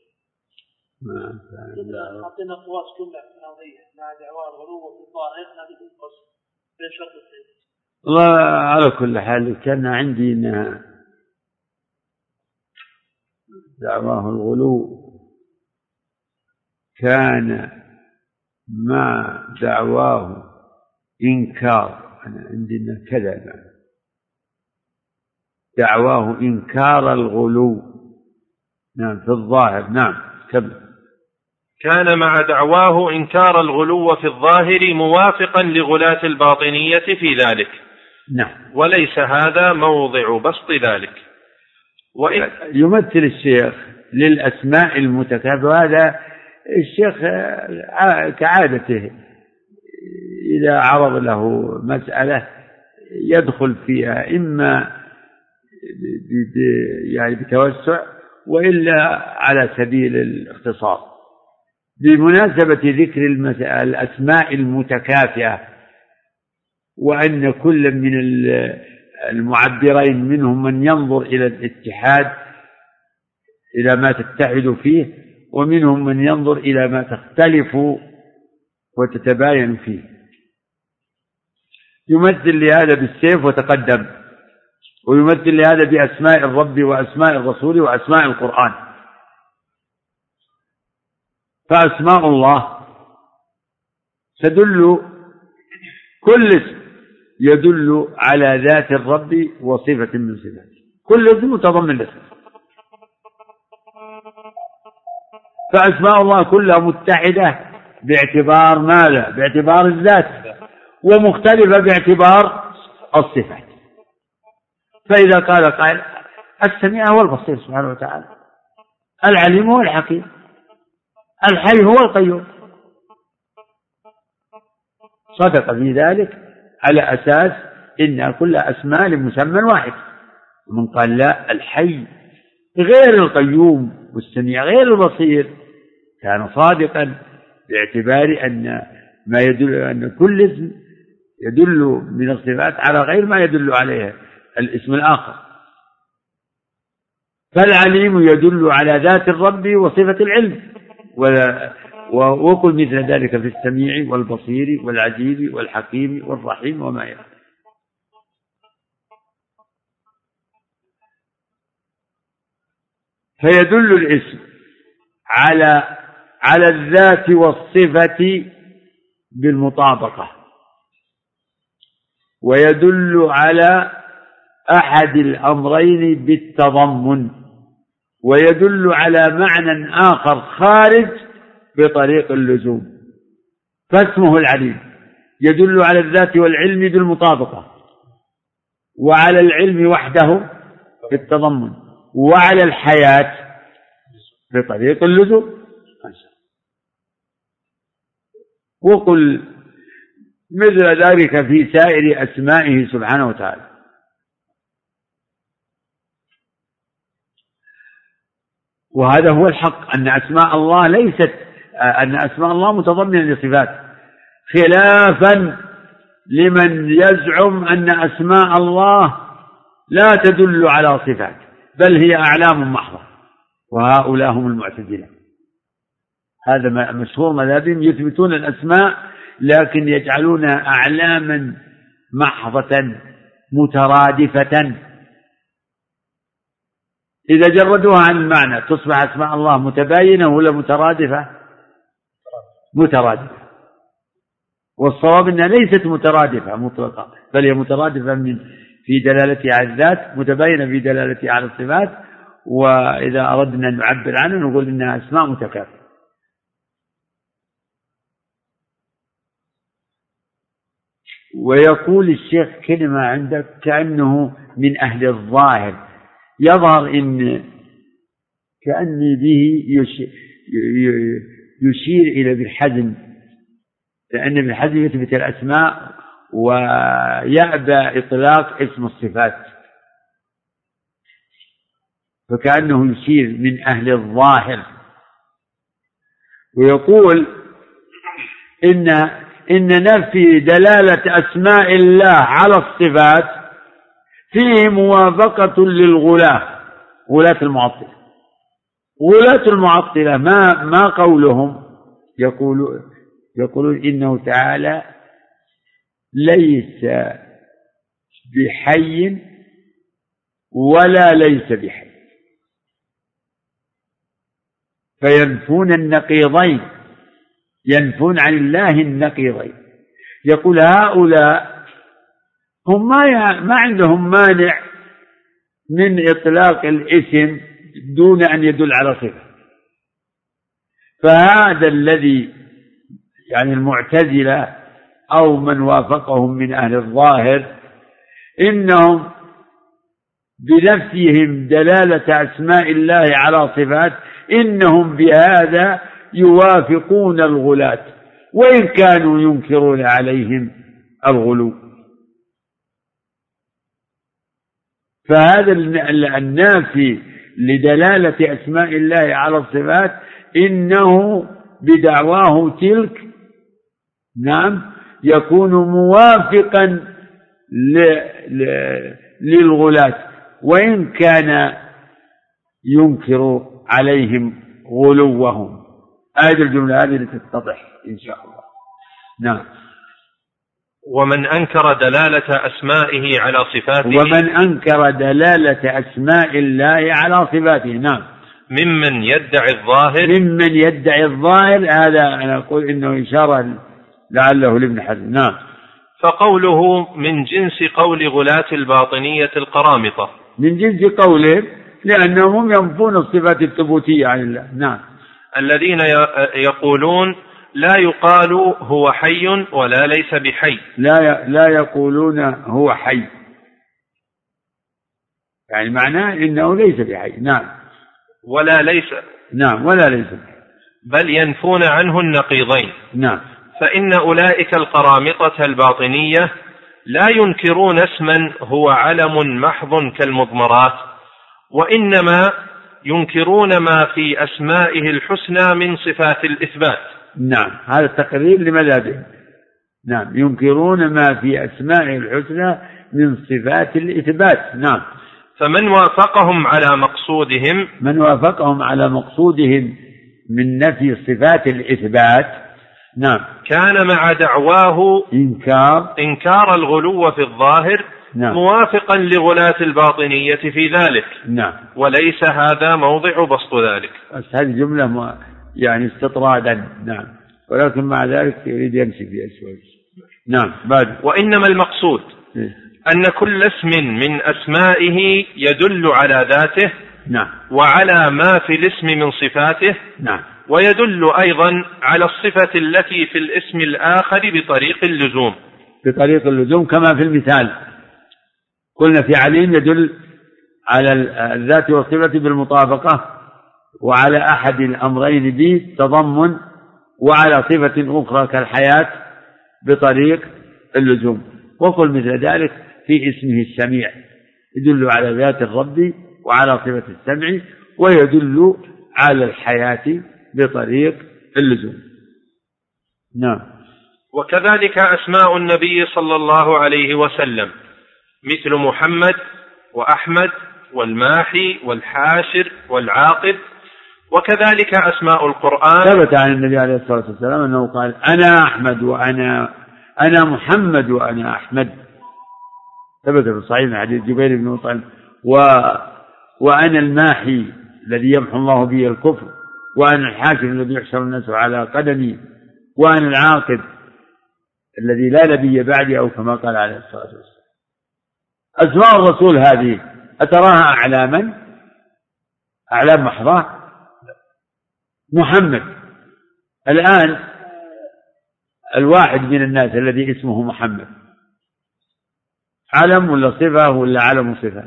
أعطينا قواس كلها قضية مع دعواه الغلو في الظاهر هذه القص بين شرطين. والله على كل حال كان عندي إن دعواه الغلو كان مع دعواه إنكار. أنا عندنا كذا دعواه إنكار الغلو. نعم في الظاهر. نعم كان مع دعواه إنكار الغلو في الظاهر موافقا لغلاة الباطنية في ذلك. نعم. وليس هذا موضع بسط ذلك. يمثل الشيخ للأسماء المتكافئة. وهذا الشيخ كعادته إذا عرض له مسألة يدخل فيها إما يعني بتوسع وإلا على سبيل الاختصار. بمناسبة ذكر الأسماء المتكافئة وأن كل من المعبرين منهم من ينظر إلى الاتحاد إلى ما تتحد فيه، ومنهم من ينظر إلى ما تختلف وتتباين فيه. يمثل لهذا بالسيف وتقدم، ويمثل لهذا بأسماء الرب وأسماء الرسول وأسماء القرآن. فأسماء الله تدل، كل اسم يدل على ذات الرب وصفة من صفاته، كل اسم متضمن اسم. فأسماء الله كلها متحدة باعتبار ماذا؟ باعتبار الذات، ومختلفة باعتبار الصفات. فإذا قال قائل السميع هو البصير سبحانه وتعالى، العليم هو الحكيم، الحي هو القيوم، صدق في ذلك على أساس إن كل أسماء لمسمى واحد. ومن قال لا، الحي غير القيوم والسميع غير البصير كان صادقا، باعتبار أن ما يدل أن كل اسم يدل من الصفات على غير ما يدل عليه الاسم الآخر. فالعليم يدل على ذات الرب وصفة العلم، وقل مثل ذلك في السميع والبصير والعزيز والحكيم والرحيم وما يلي. فيدل الاسم على الذات والصفة بالمطابقة، ويدل على أحد الأمرين بالتضمن، ويدل على معنى آخر خارج بطريق اللزوم. فاسمه العليم يدل على الذات والعلم بالمطابقة، وعلى العلم وحده بالتضمن، وعلى الحياة بطريق اللزوم. وقل مثل ذلك في سائر أسمائه سبحانه وتعالى. وهذا هو الحق، أن أسماء الله متضمنة لصفات، خلافا لمن يزعم أن أسماء الله لا تدل على صفات بل هي أعلام محضة، وهؤلاء هم المعتزلة. هذا مشهور مذهبهم، يثبتون الأسماء لكن يجعلونها أعلاما محضة مترادفة. إذا جردوها عن المعنى تصبح أسماء الله متباينة ولا مترادفة. والصواب أنها ليست مترادفة مطلقة، بل هي مترادفة في دلالتها على الذات، متباينة في دلالتها على الصفات. وإذا أردنا أن نعبر عنها نقول إنها أسماء متكافئة. ويقول الشيخ كلمة عندك كأنه من أهل الظاهر، يظهر إن كأني به يشير إلى ابن حزم، لأن ابن حزم يثبت الأسماء ويأبى إطلاق اسم الصفات، فكأنه يشير من أهل الظاهر ويقول إن نفي دلالة أسماء الله على الصفات فيه موافقة للغلاة، غلاة المعطلة. غلاة المعطلة ما قولهم؟ يقولون إنه تعالى ليس بحي ولا ليس بحي، فينفون النقيضين، ينفون عن الله النقيضين. يقول هؤلاء هم ما عندهم مانع من إطلاق الاسم دون أن يدل على صفة. فهذا الذي يعني المعتزلة أو من وافقهم من أهل الظاهر إنهم بنفسهم دلالة أسماء الله على صفات إنهم بهذا يوافقون الغلاة وإن كانوا ينكرون عليهم الغلو. فهذا النافي لدلالة أسماء الله على الصفات إنه بدعواه تلك يكون موافقا للغلاة وإن كان ينكر عليهم غلوهم. هذه الجملة هذه لتتضح إن شاء الله. نعم. ومن أنكر دلالة أسمائه على صفاته، ومن أنكر دلالة أسماء الله على صفاته. نعم. ممن يدعي الظاهر، هذا أنا أقول إنه إشارة لعله لابن حزم. نعم. فقوله من جنس قول غلاة الباطنية القرامطة، من جنس قولهم لأنهم ينفون الصفات الثبوتية عن الله. نعم. الذين يقولون لا يقال هو حي ولا ليس بحي، لا يقولون هو حي، يعني معناه إنه ليس بحي. نعم. ولا ليس بحي، بل ينفون عنه النقيضين. نعم. فإن أولئك القرامطة الباطنية لا ينكرون اسما هو علم محض كالمضمرات، وإنما ينكرون ما في أسمائه الحسنى من صفات الإثبات. نعم، هذا التقرير لمذهبهم. نعم، ينكرون ما في أسمائه الحسنى من صفات الإثبات. نعم. فمن وافقهم على مقصودهم من نفي صفات الإثبات، نعم، كان مع دعواه إنكار الغلو في الظاهر، نعم، موافقا لغلاة الباطنية في ذلك. نعم. وليس هذا موضع بسط ذلك. بس هذه جملة يعني استطرادا. نعم. ولكن مع ذلك يريد يمشي في أسواق. نعم. بعد. وإنما المقصود أن كل اسم من أسمائه يدل على ذاته، نعم، وعلى ما في الاسم من صفاته، نعم، ويدل أيضا على الصفة التي في الاسم الآخر بطريق اللزوم كما في المثال قلنا في عليم يدل على الذات والصفة بالمطابقة، وعلى أحد الأمرين بالتضمن، وعلى صفة أخرى كالحياة بطريق اللزوم. وقل مثل ذلك في اسمه السميع يدل على ذات الرب وعلى صفة السمع، ويدل على الحياة بطريق اللزوم. نعم. وكذلك أسماء النبي صلى الله عليه وسلم مثل محمد وأحمد والماحي والحاشر والعاقب. وكذلك أسماء القرآن ثبت عن النبي عليه الصلاة والسلام أنه قال أنا أحمد أنا محمد وأنا أحمد. ثبت في الصحيح من حديث جبير بن مطعم. وأنا الماحي الذي يمحو الله به الكفر، وأنا الحاشر الذي يحشر الناس على قدمي، وأنا العاقب الذي لا نبي بعدي، أو كما قال عليه الصلاة والسلام. أسماء الرسول هذه أتراها أعلام محضة؟ محمد الآن الواحد من الناس الذي اسمه محمد علم ولا صفة ولا علم صفة؟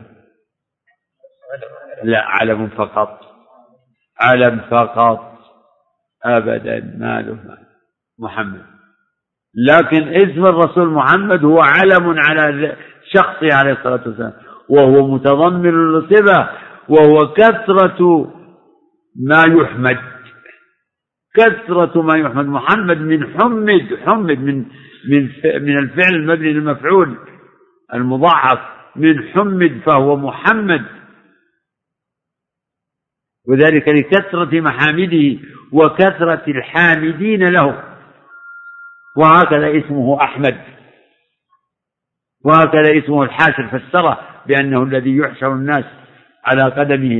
لا، علم فقط، علم فقط أبدا، ما له محمد. لكن اسم الرسول محمد هو علم على شخصه عليه الصلاة والسلام، وهو متضمن للصفة، وهو كثرة ما يحمد، كثرة ما يحمد. محمد من حمد من الفعل المبني للمفعول المضاعف، من حمد فهو محمد، وذلك لكثرة محامده وكثرة الحامدين له. وهكذا اسمه أحمد، وهكذا اسمه الحاشر، فسره بأنه الذي يحشر الناس على قدمه،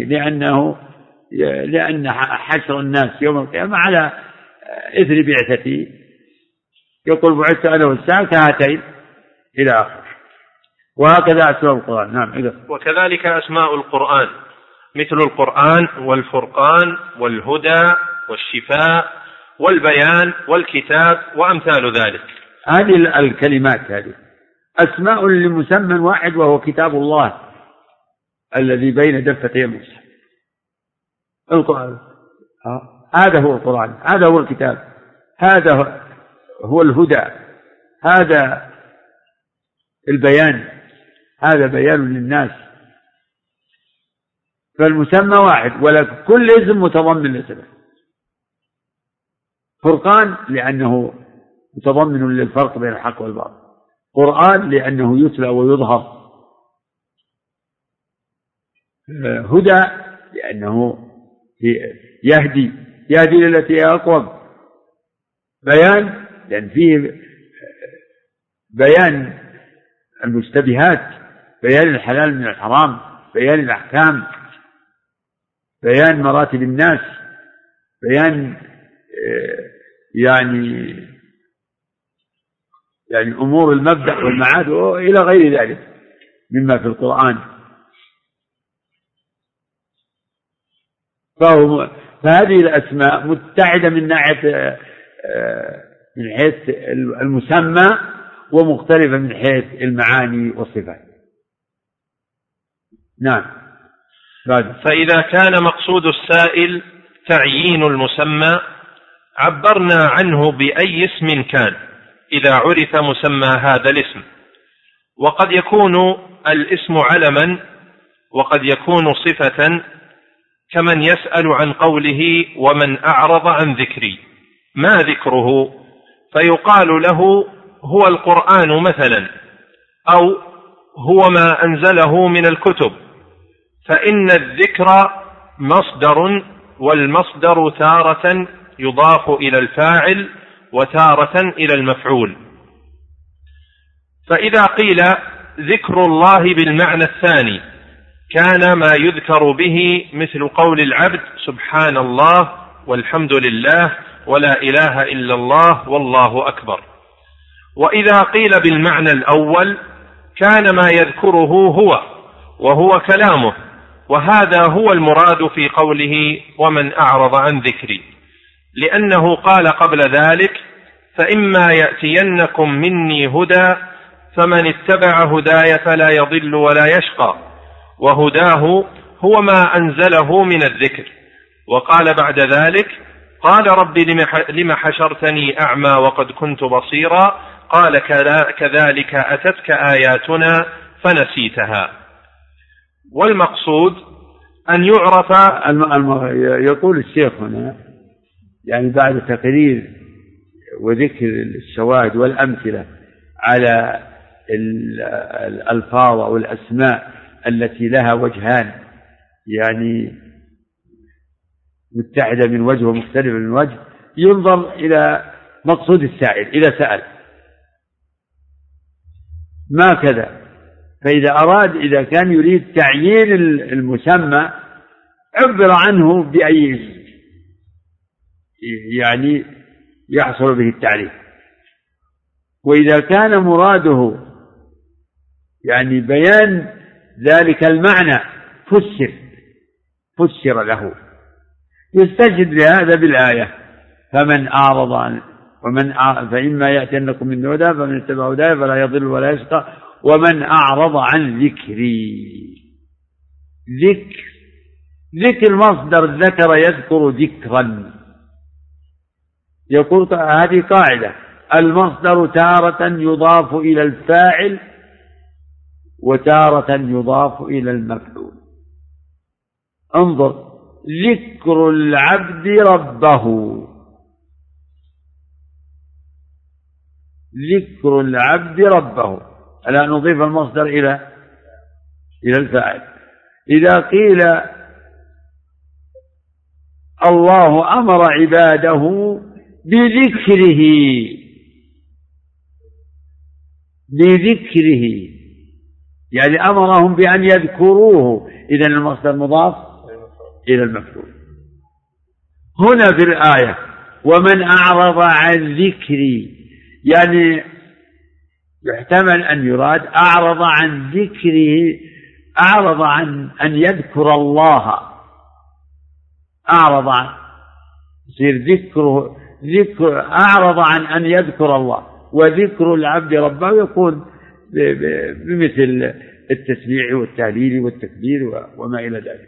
لأن حشر الناس يوم القيامة على إثر بعثته، يقول بعثت أنا والساعة كهاتين إلى آخر. وهكذا أسماء القرآن. نعم. وكذلك أسماء القرآن مثل القرآن والفرقان والهدى والشفاء والبيان والكتاب وأمثال ذلك. هذه الكلمات هذه أسماء لمسمى واحد، وهو كتاب الله الذي بين دفتي المصحف. القرآن هذا هو القرآن، هذا هو الكتاب، هذا هو الهدى، هذا البيان، هذا بيان للناس. فالمسمى واحد ولكن كل اسم متضمن لسبب. فرقان لأنه متضمن للفرق بين الحق والباطل، قرآن لأنه يتلى ويظهر، هدى لأنه يهدي للتي هي أقوم، بيان لأن فيه بيان المشتبهات، بيان الحلال من الحرام، بيان الأحكام، بيان مراتب الناس، بيان يعني أمور المبدأ والمعاد إلى غير ذلك مما في القرآن. فهذه الأسماء متعدة من ناحية من حيث المسمى، ومختلفة من حيث المعاني والصفات. نعم. فإذا كان مقصود السائل تعيين المسمى عبرنا عنه بأي اسم كان إذا عرف مسمى هذا الاسم، وقد يكون الاسم علما وقد يكون صفة، كمن يسأل عن قوله ومن أعرض عن ذكري ما ذكره، فيقال له هو القرآن مثلا، أو هو ما أنزله من الكتب، فإن الذكر مصدر، والمصدر تارة يضاف إلى الفاعل وتارة إلى المفعول. فإذا قيل ذكر الله بالمعنى الثاني كان ما يذكر به مثل قول العبد سبحان الله والحمد لله ولا إله إلا الله والله أكبر. وإذا قيل بالمعنى الأول كان ما يذكره هو وهو كلامه، وهذا هو المراد في قوله ومن أعرض عن ذكري، لأنه قال قبل ذلك فإما يأتينكم مني هدى فمن اتبع هداي فلا يضل ولا يشقى، وهداه هو ما أنزله من الذكر. وقال بعد ذلك قال رب لم حشرتني أعمى وقد كنت بصيرا، قال كذلك أتتك آياتنا فنسيتها. والمقصود أن يعرف. يقول الشيخ هنا يعني بعد تقرير وذكر الشواهد والأمثلة على الألفاظ أو الأسماء التي لها وجهان، يعني متحدة من وجه ومختلفة من وجه، ينظر إلى مقصود السائل إذا سأل ما كذا. إذا كان يريد تعيين المسمى عبر عنه بأي اسم يعني يحصل به التعريف. وإذا كان مراده يعني بيان ذلك المعنى فسر له، يستشهد لهذا بالآية فمن أعرض عن فإما يأتينكم من هدى فمن اتبع هداي فلا يضل ولا يشقى ومن أعرض عن ذكري. ذكر مصدر ذكر يذكر ذكرا. يقول هذه قاعدة: المصدر تارة يضاف إلى الفاعل وتارة يضاف إلى المفعول. انظر: ذكر العبد ربه ذكر العبد ربه، ألا نضيف المصدر إلى الفاعل. إذا قيل الله أمر عباده بذكره يعني أمرهم بأن يذكروه، إذن المصدر مضاف إلى المفعول. هنا في الآية ومن أعرض عن ذكري، يعني يحتمل أن يراد أعرض عن ذكره، أعرض عن أن يذكر الله، أعرض عن يصير ذكر أعرض عن أن يذكر الله، وذكر العبد ربه يكون بمثل التسبيح والتهليل والتكبير وما إلى ذلك.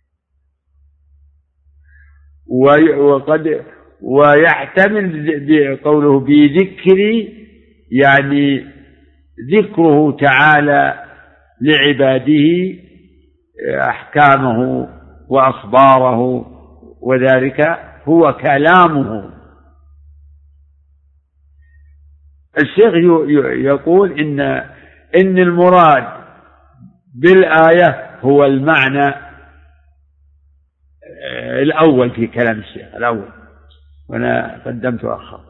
ويحتمل بقوله بذكري يعني ذكره تعالى لعباده أحكامه وأخباره، وذلك هو كلامه. الشيخ يقول إن المراد بالآية هو المعنى الأول في كلام الشيخ الأول، وأنا قدمت أخر.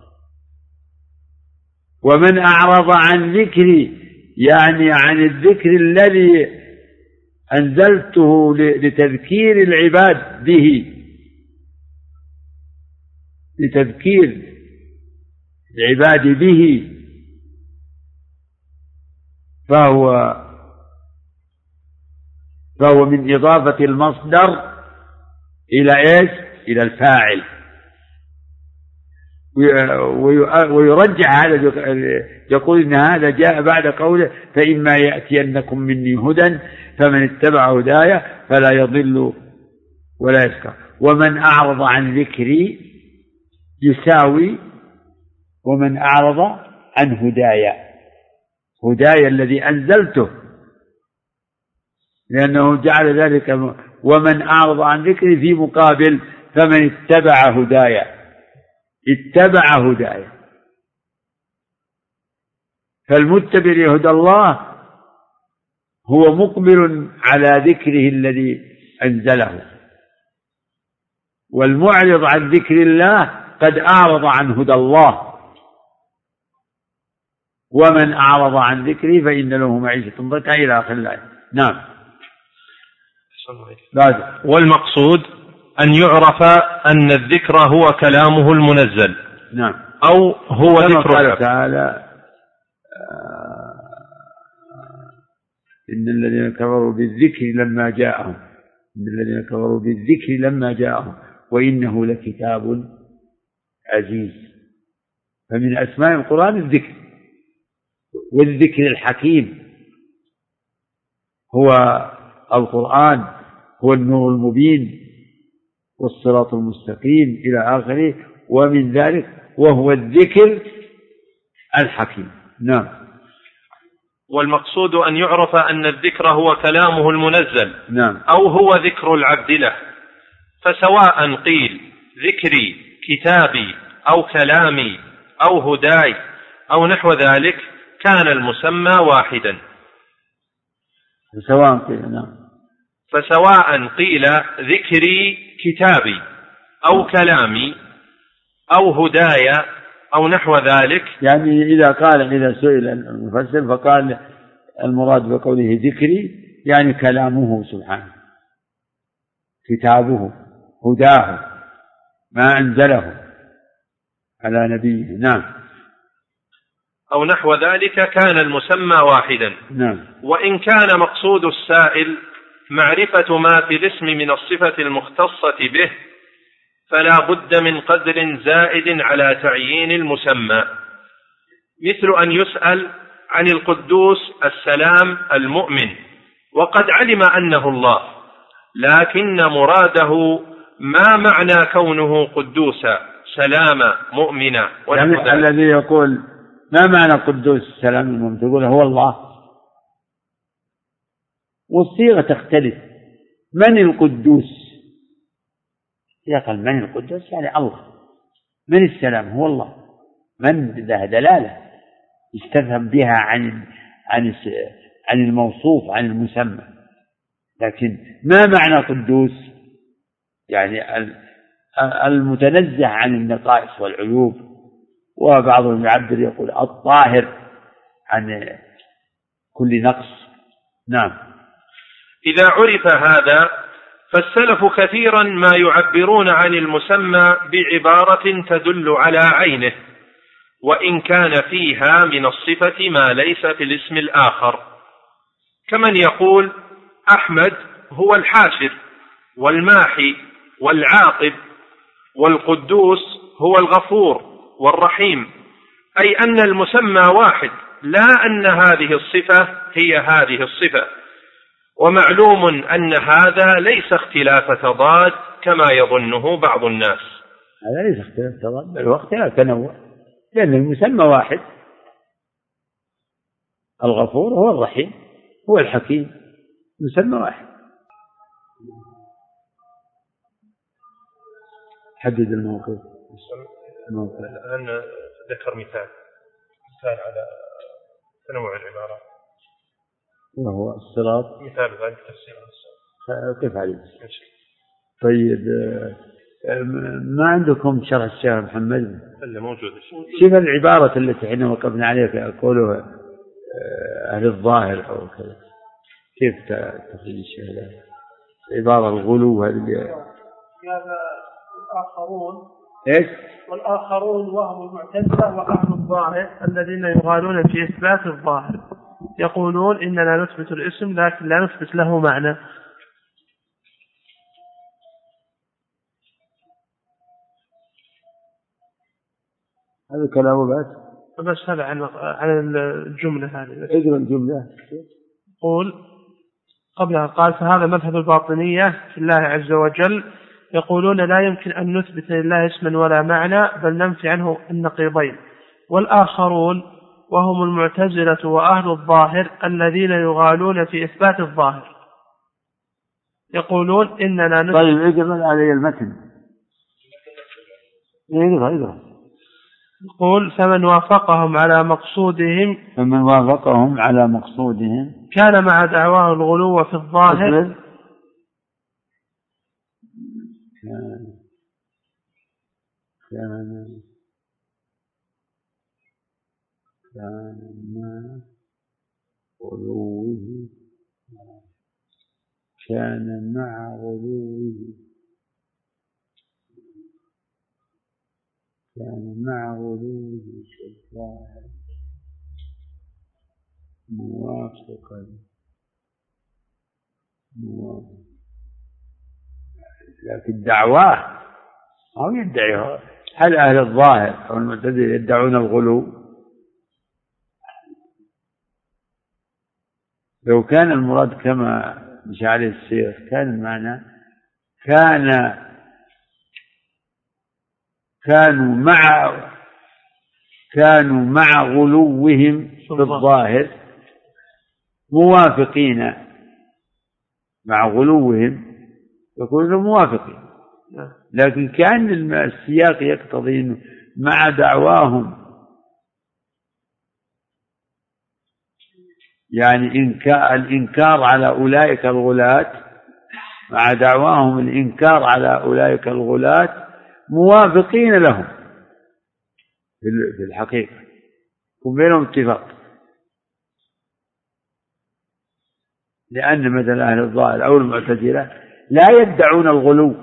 ومن أعرض عن ذكري يعني عن الذكر الذي أنزلته لتذكير العباد به، لتذكير العباد به، فهو من إضافة المصدر إلى إيش؟ إلى الفاعل. ويرجع هذا، يقول إن هذا جاء بعد قوله فإما يأتينكم مني هدى فمن اتبع هدايا فلا يضل ولا يشقى. ومن أعرض عن ذكري يساوي ومن أعرض عن هدايا الذي أنزلته، لأنه جعل ذلك ومن أعرض عن ذكري في مقابل فمن اتبع هدايا. فالمتبع لهدى الله هو مقبل على ذكره الذي أنزله، والمعرض عن ذكر الله قد أعرض عن هدى الله. ومن أعرض عن ذكري فإن له معيشة ضنكا إلى آخر الآية. نعم. والمقصود أن يعرف أن الذكر هو كلامه المنزل. نعم. أو هو ذكر قال تعالى إن الذين كفروا بالذكر لما جاءهم وإنه لكتاب عزيز. فمن أسماء القرآن الذكر، والذكر الحكيم هو القرآن، هو النور المبين والصراط المستقيم إلى آخره، ومن ذلك وهو الذكر الحكيم. نعم. والمقصود أن يعرف أن الذكر هو كلامه المنزل. نعم. أو هو ذكر العبد له، فسواء قيل ذكري كتابي أو كلامي أو هداي أو نحو ذلك كان المسمى واحدا. فسواء قيل ذكري كتابي أو كلامي أو هدايا أو نحو ذلك، يعني إذا سئل المفسر فقال المراد بقوله ذكري يعني كلامه سبحانه، كتابه، هداه، ما أنزله على نبيه. نعم. أو نحو ذلك كان المسمى واحدا. نعم. وإن كان مقصود السائل معرفة ما في الاسم من الصفة المختصة به فلا بد من قدر زائد على تعيين المسمى، مثل أن يسأل عن القدوس السلام المؤمن وقد علم أنه الله، لكن مراده ما معنى كونه قدوسا سلاما مؤمنا. يعني الذي يقول ما معنى قدوس السلام المؤمن تقول هو الله، والصيغة تختلف. من القدوس؟ إذا قال من القدوس يعني الله، من السلام هو الله، من ذا دلالة، يستفهم بها عن الموصوف، عن المسمى. لكن ما معنى قدوس؟ يعني المتنزه عن النقائص والعيوب، وبعضهم يعبر يقول الطاهر عن كل نقص. نعم. إذا عرف هذا فالسلف كثيرا ما يعبرون عن المسمى بعبارة تدل على عينه، وإن كان فيها من الصفة ما ليس في الاسم الآخر، كمن يقول أحمد هو الحاشر والماحي والعاقب، والقدوس هو الغفور والرحيم، أي أن المسمى واحد، لا أن هذه الصفة هي هذه الصفة. ومعلوم أن هذا ليس اختلاف تضاد كما يظنه بعض الناس. هذا ليس اختلاف تضاد، بل هو اختلاف تنوع، لأن المسمى واحد. الغفور هو الرحيم هو الحكيم، مسمى واحد. حدد الموقف. الآن ذكر مثال على تنوع العبارات، وهو الصراط. مثال عن تفسير الصراط. كيف عليه؟ طيب، ما عندكم شرح الشيخ محمد؟ اللي موجود. شوف العبارة التي احنا وقفنا عليها، قوله أهل الظاهر أو كذا، كيف تخرج الشيخ له عبارة الغلو هذه؟ هذا الآخرون إيش؟ والآخرون وهم المعتزلة وأهل الظاهر الذين يغالون في إثبات الظاهر، يقولون إننا نثبت الاسم لكن لا نثبت له معنى. هذا كلامه بس هذا عن الجملة هذه. اقرأ الجملة. يقول قبلها قال فهذا مذهب الباطنية في الله عز وجل، يقولون لا يمكن أن نثبت لله اسما ولا معنى بل ننفي عنه النقيضين. والآخرون وهم المعتزلة وأهل الظاهر الذين يغالون في إثبات الظاهر، يقولون إننا نثبت. طيب اقرأ علي المتن. اقرأ. يقول فمن وافقهم على مقصودهم كان مع دعواه الغلو في الظاهر. كان مع غلوه في الظاهر موافقا، لكن دعواه أو يدعيه. هل أهل الظاهر أو المعتزلة يدعون الغلو؟ لو كان المراد كما مشى عليه السير كان المعنى كانوا مع غلوهم في الظاهر موافقين، مع غلوهم يكونوا موافقين. لكن كان السياق يقتضي إنه مع دعواهم، يعني الإنكار على أولئك الغلاة، مع دعواهم الإنكار على أولئك الغلاة موافقين لهم في الحقيقة، وبينهم اتفاق. لأن مثلا أهل الظاهر أو المعتزلة لا يدعون الغلو،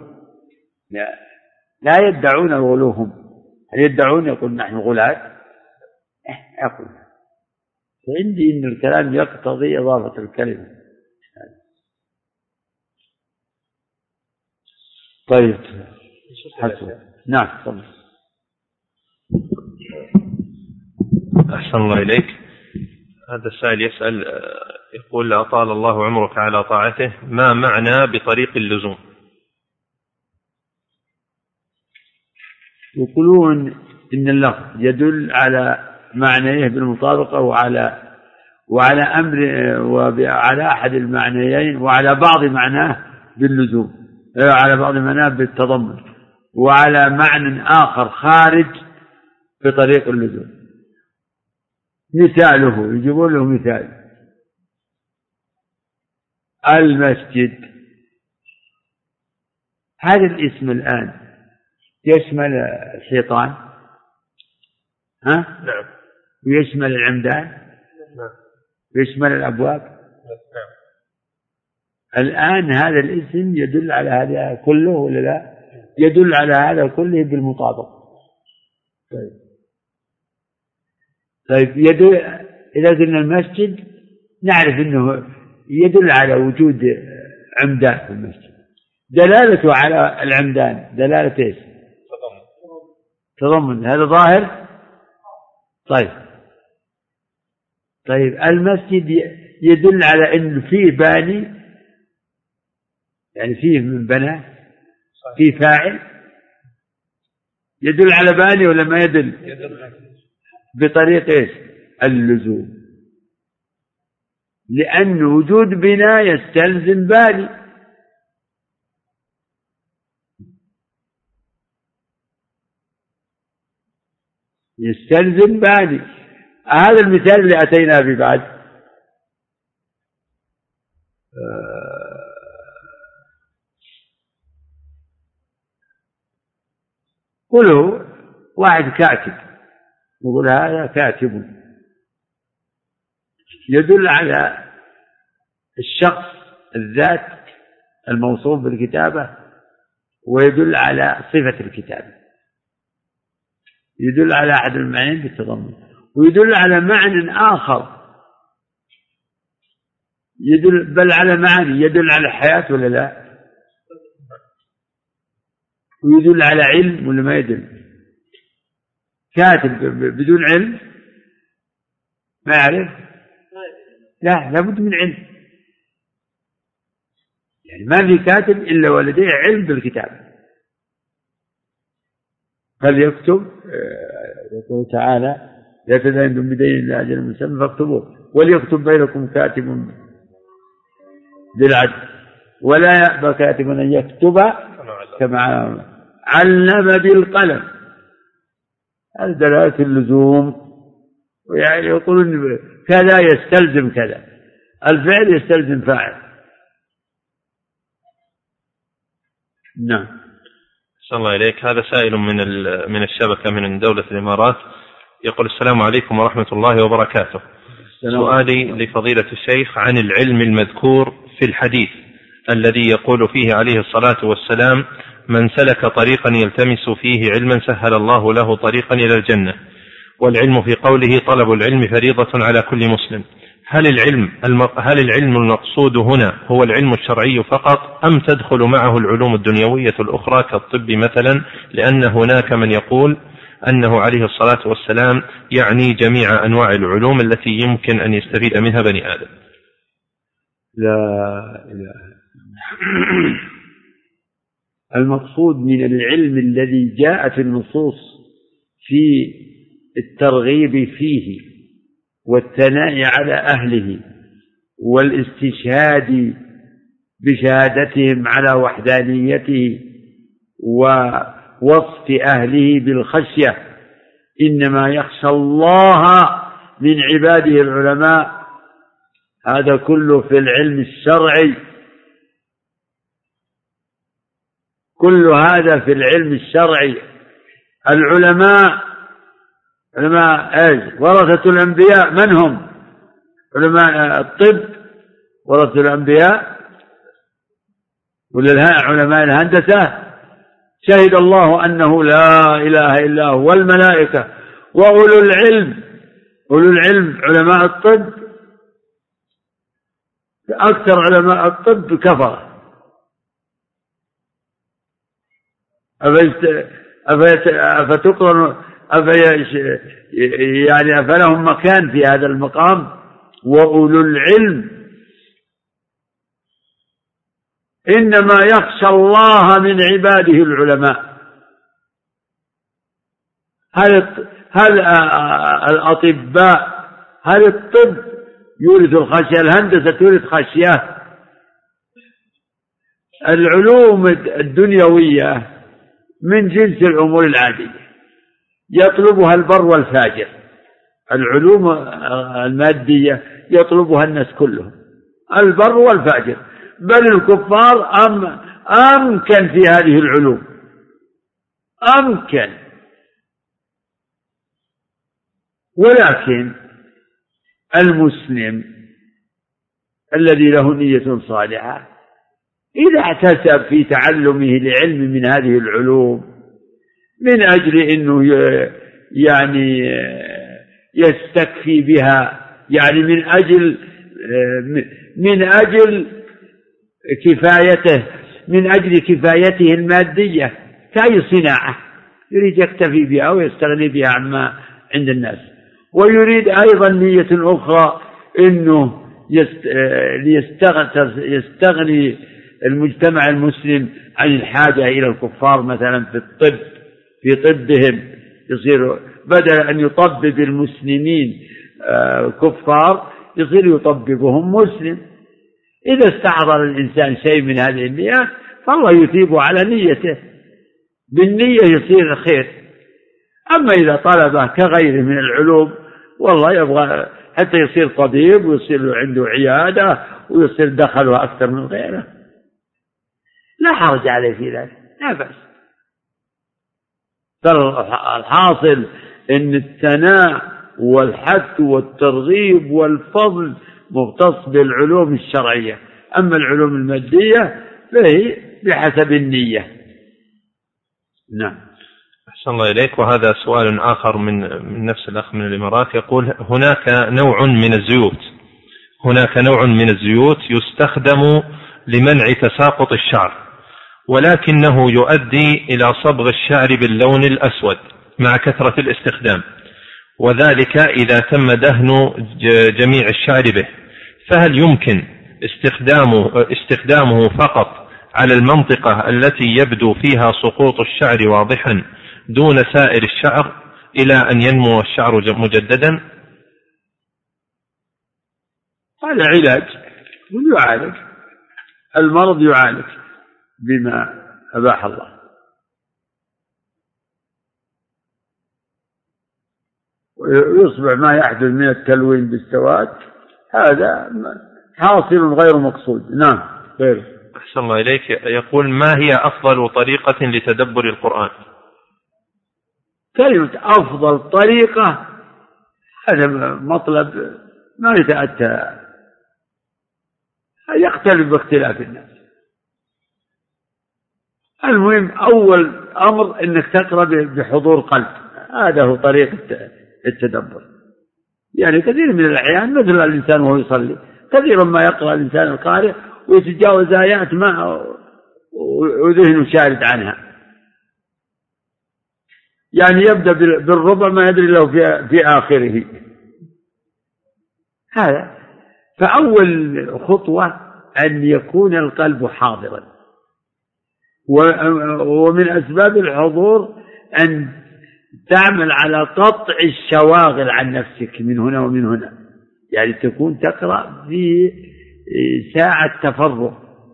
لا يدعون الغلو. هم هل يدعون يقول نحن غلاة؟ أقول فعندي إن الكلام يقتضي إضافة الكلمة. طيب حسن. نعم طبعا. أحسن الله إليك. هذا السائل يسأل يقول أطال الله عمرك على طاعته، ما معنى بطريق اللزوم؟ يقولون إن اللفظ يدل على معنيه بالمطابقة وعلى أمر وعلى أحد المعنيين، وعلى بعض معناه باللزوم، على بعض معناه بالتضمن، وعلى معنى آخر خارج بطريق اللزوم. مثاله، يجيبون له مثال. المسجد هذا الاسم الآن يشمل الحيطان، ها؟ نعم. ويشمل العمدان، نعم. ويشمل الأبواب. نعم. الآن هذا الاسم يدل على هذا كله ولا لا؟ يدل على هذا كله بالمطابقة. طيب يدل، إذا قلنا المسجد نعرف أنه يدل على وجود عمدان في المسجد. دلالته على العمدان دلالة إيش؟ تضمن. هذا ظاهر. طيب المسجد يدل على أن فيه باني، يعني فيه من بنى، فيه فاعل، يدل على باني ولا ما يدل؟ بطريق إيش؟ اللزوم، لأن وجود بناء يستلزم باني. يستلزم باني. هذا المثال اللي أتينا به بعد قلوا واحد كاتب، نقول هذا كاتب، يدل على الشخص الذات الموصوف بالكتابة، ويدل على صفة الكتابة، يدل على أحد المعنيين بالتضمن، ويدل على معنى آخر، يدل بل على معاني، يدل على الحياة ولا لا؟ ويدل على علم ولا ما يدل؟ كاتب بدون علم ما يعرف، لا لابد من علم، يعني ما في كاتب إلا ولديه علم بالكتاب. فليكتب، يقول تعالى لا تدينوا بدين إلا أجل مسمى فاكتبوه، وليكتب بينكم كاتب بالعدل ولا يأبى كاتب أن يكتب كما علم بالقلم. هذا دلالة اللزوم، يعني يقولون كذا يستلزم كذا، الفعل يستلزم فاعل. نعم. صلى الله إليك. هذا سائل من الشبكة من دولة الإمارات، يقول السلام عليكم ورحمة الله وبركاته. سؤالي لفضيلة الشيخ عن العلم المذكور في الحديث الذي يقول فيه عليه الصلاة والسلام: من سلك طريقا يلتمس فيه علما سهل الله له طريقا إلى الجنة. والعلم في قوله طلب العلم فريضة على كل مسلم. هل العلم المقصود هنا هو العلم الشرعي فقط، أم تدخل معه العلوم الدنيوية الأخرى كالطب مثلا؟ لأن هناك من يقول أنه عليه الصلاة والسلام يعني جميع أنواع العلوم التي يمكن أن يستفيد منها بني آدم. لا إله. المقصود من العلم الذي جاءت النصوص في الترغيب فيه والثناء على أهله والاستشهاد بشهادتهم على وحدانيته ووصف أهله بالخشية. إنما يخشى الله من عباده العلماء. هذا كله في العلم الشرعي، كل هذا في العلم الشرعي. العلماء ورثة الأنبياء. من هم؟ علماء الطب ورثة الأنبياء، ولا علماء الهندسة؟ شهد الله أنه لا إله إلا هو والملائكة وأولو العلم. أولو العلم علماء الطب، أكثر علماء الطب كفر. أفتقرن يعني أفلهم مكان في هذا المقام؟ وأولو العلم إنما يخشى الله من عباده العلماء. هل الأطباء، هل الطب يورث الخشية؟ الهندسة تورث خشية؟ العلوم الدنيوية من جنس الأمور العادية، يطلبها البر والفاجر. العلوم المادية يطلبها الناس كلهم، البر والفاجر، بل الكفار أمكن في هذه العلوم، أمكن. ولكن المسلم الذي له نية صالحة إذا احتسب في تعلمه لعلم من هذه العلوم من أجل أنه يعني يستكفي بها، يعني من أجل كفايته، من أجل كفايته المادية كأي صناعة يريد يكتفي بها ويستغني بها عما عند الناس، ويريد أيضا نية أخرى أنه يستغني المجتمع المسلم عن الحاجة إلى الكفار مثلا في الطب، في طبهم، يصير بدل أن يطبب المسلمين كفار يصير يطببهم مسلم. إذا استحضر الإنسان شيء من هذه النيات فالله يثيبه على نيته، بالنية يصير خير. أما إذا طلبه كغيره من العلوم والله يبغى حتى يصير طبيب ويصير عنده عيادة ويصير دخله أكثر من غيره، لا حرج عليه في ذلك، لا بأس. الحاصل أن الثناء والحث والترغيب والفضل مختص بالعلوم الشرعية، أما العلوم المادية فهي بحسب النية. نعم. أحسن الله إليك. وهذا سؤال آخر من نفس الأخ من الإمارات، يقول هناك نوع من الزيوت يستخدم لمنع تساقط الشعر، ولكنه يؤدي إلى صبغ الشعر باللون الأسود مع كثرة الاستخدام، وذلك إذا تم دهن جميع الشعر به، فهل يمكن استخدامه فقط على المنطقة التي يبدو فيها سقوط الشعر واضحا دون سائر الشعر إلى أن ينمو الشعر مجددا؟ هذا علاج ويعالج، المرض يعالج بما أباح الله. ويصبح ما يحدث من التلوين بالسواد هذا حاصل غير مقصود. نعم. غير. أحسن الله إليك. يقول ما هي أفضل طريقة لتدبر القرآن؟ كلمة أفضل طريقة هذا مطلب ما يتأتى، يختلف باختلاف الناس. المهم أول أمر أنك تقرأ بحضور قلب، هذا هو طريقة التدبر. يعني كثير من الأحيان مثل الإنسان وهو يصلي كثيرا ما يقرأ الإنسان القارئ ويتجاوز آيات ما وذهنه شارد عنها، يعني يبدأ بالربع ما يدري له في آخره. هذا فأول خطوة أن يكون القلب حاضرا، ومن أسباب الحضور أن تعمل على قطع الشواغل عن نفسك من هنا ومن هنا، يعني تكون تقرأ في ساعة تفرغ،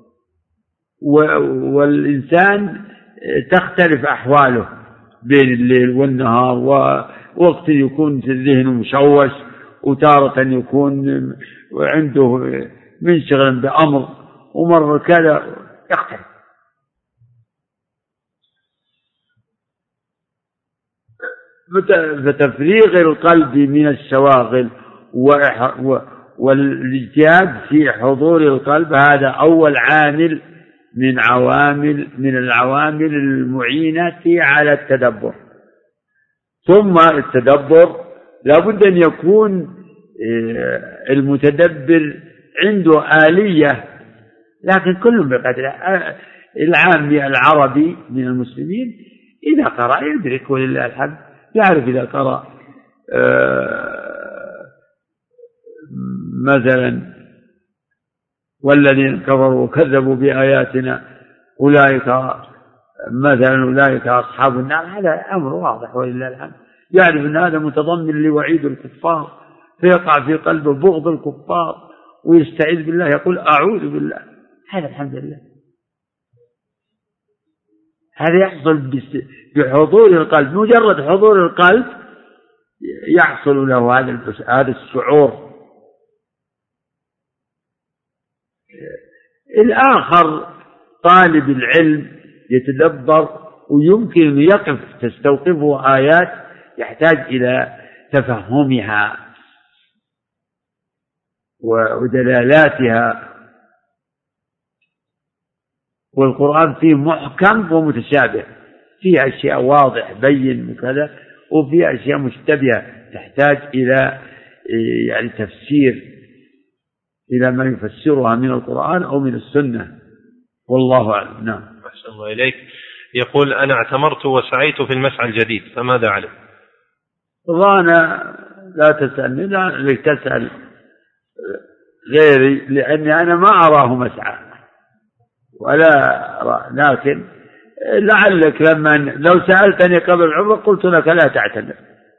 والإنسان تختلف أحواله بين الليل والنهار، ووقت يكون ذهنه مشوش وتارة يكون عنده منشغل بأمر ومر كذا يختلف. فتفريغ القلب من الشواغل والاجتهاد في حضور القلب هذا أول عامل من العوامل المعينة على التدبر. ثم التدبر لابد أن يكون المتدبر عنده آلية، لكن كل بقدر. العامي العربي من المسلمين إذا قرأ يدرك ولله الحمد، يعرف إذا قرأ مثلا والذين كفروا وكذبوا بآياتنا أولئك أصحاب النار، هذا أمر واضح ولله الحمد. يعرف أن هذا متضمن لوعيد الكفار فيقع في قلبه بغض الكفار ويستعيذ بالله، يقول أعوذ بالله. هذا الحمد لله، هذا يحصل بحضور القلب. مجرد حضور القلب يحصل له هذا الشعور. الآخر طالب العلم يتدبر ويمكن أن يقف تستوقفه آيات يحتاج إلى تفهمها ودلالاتها، والقرآن فيه محكم ومتشابه، فيه أشياء واضح بين وكذا، وفيه أشياء مشتبهة تحتاج إلى يعني تفسير، إلى ما يفسرها من القرآن أو من السنة، والله أعلم. نعم. أحسن الله إليك. يقول: أنا اعتمرت وسعيت في المسعى الجديد، فماذا علي؟ أنا لا تسألني، لا تسأل غيري، لأني أنا ما أراه مسعى ولا أرى، لكن لعلك لو سألتني قبل العمرة قلت لك لا تعتمر،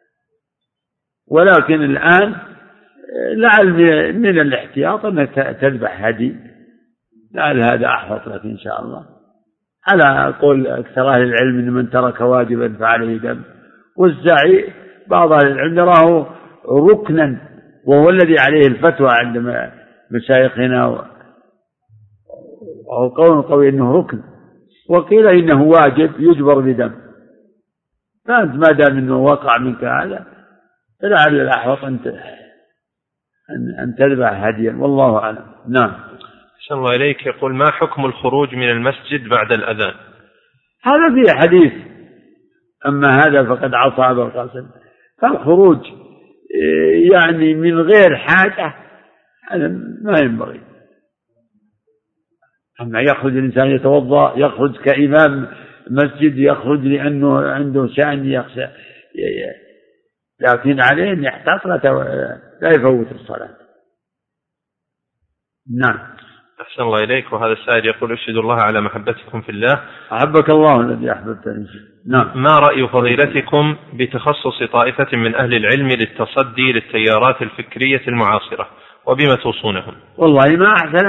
ولكن الآن لعل من الاحتياط أنك تذبح هدي، لعل هذا أحوط لك إن شاء الله. على قول أكثر أهل العلم إن من ترك واجبا فعليه دم، والسعي بعض أهل العلم يراه ركنا، وهو الذي عليه الفتوى عند مشايخنا، وهو قول قوي إنه ركن، وقيل إنه واجب يجبر بدم. فأنت ما دام إنه وقع منك هذا فلعل الأحوط أن تذبح هديا، والله أعلم. نعم. أحسن الله إليك. يقول: ما حكم الخروج من المسجد بعد الأذان؟ هذا فيه حديث، أما هذا فقد عصى أبا القاسم. فالخروج يعني من غير حاجة هذا ما ينبغي. أما يخرج الإنسان يتوضأ، يخرج كإمام مسجد، يخرج لأنه عنده شأن يخشى، لكن عليه أن يحتاط لا يفوت الصلاة. نعم. أحسن الله إليك. وهذا السائل يقول: أشهد الله على محبتكم في الله. أحبك الله الذي أحببتني. نعم. ما رأي فضيلتكم بتخصص طائفة من أهل العلم للتصدي للتيارات الفكرية المعاصرة، وبما توصونهم؟ والله ما أحسن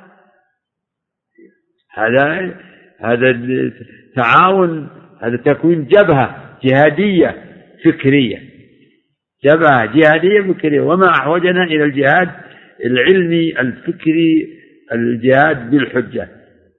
هذا تعاون، هذا تكوين جبهة جهادية فكرية، جبهة جهادية فكرية، وما أحوجنا إلى الجهاد العلمي الفكري، الجهاد بالحجة.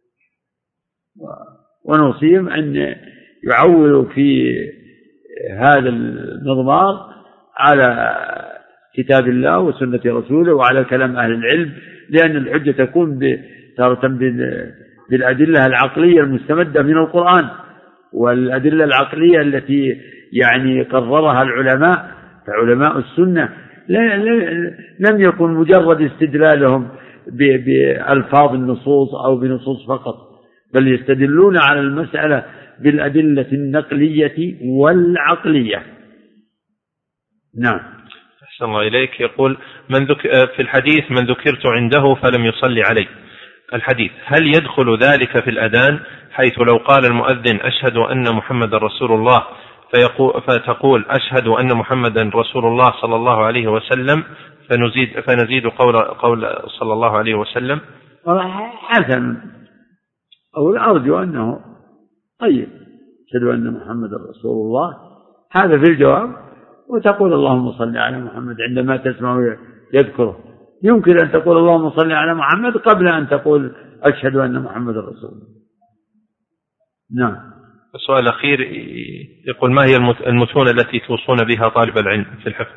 ونوصيهم أن يعولوا في هذا المضمار على كتاب الله وسنة رسوله وعلى كلام أهل العلم، لأن الحجة تكون تارة بالأدلة العقلية المستمدة من القرآن، والأدلة العقلية التي يعني قررها العلماء، فعلماء السنة لم يكن مجرد استدلالهم بألفاظ النصوص أو بنصوص فقط، بل يستدلون على المسألة بالأدلة النقلية والعقلية. نعم. أحسن الله إليك. يقول: في الحديث: من ذكرت عنده فلم يصلي عليه، الحديث هل يدخل ذلك في الأذان، حيث لو قال المؤذن: أشهد أن محمد رسول الله، فتقول: أشهد أن محمدا رسول الله صلى الله عليه وسلم، فنزيد قول صلى الله عليه وسلم؟ حسن، أو أرجو أنه طيب، أشهد أن محمد رسول الله، هذا في الجواب، وتقول: اللهم صل على محمد عندما تسمع يذكره. يمكن أن تقول: اللهم صل على محمد قبل أن تقول: أشهد أن محمد رسول الله. نعم. السؤال الأخير يقول: ما هي المتون التي توصون بها طالب العلم في الحفظ؟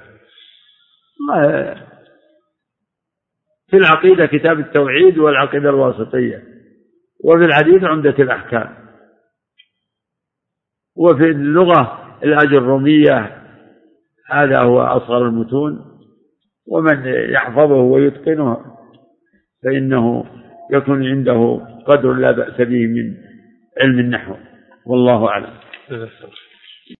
في العقيدة كتاب التوحيد والعقيدة الواسطية، وفي الحديث عمدة الأحكام، وفي اللغة الأجر الرومية، هذا هو أصغر المتون، ومن يحفظه ويتقنه فإنه يكون عنده قدر لا بأس به من علم النحو، والله أعلم.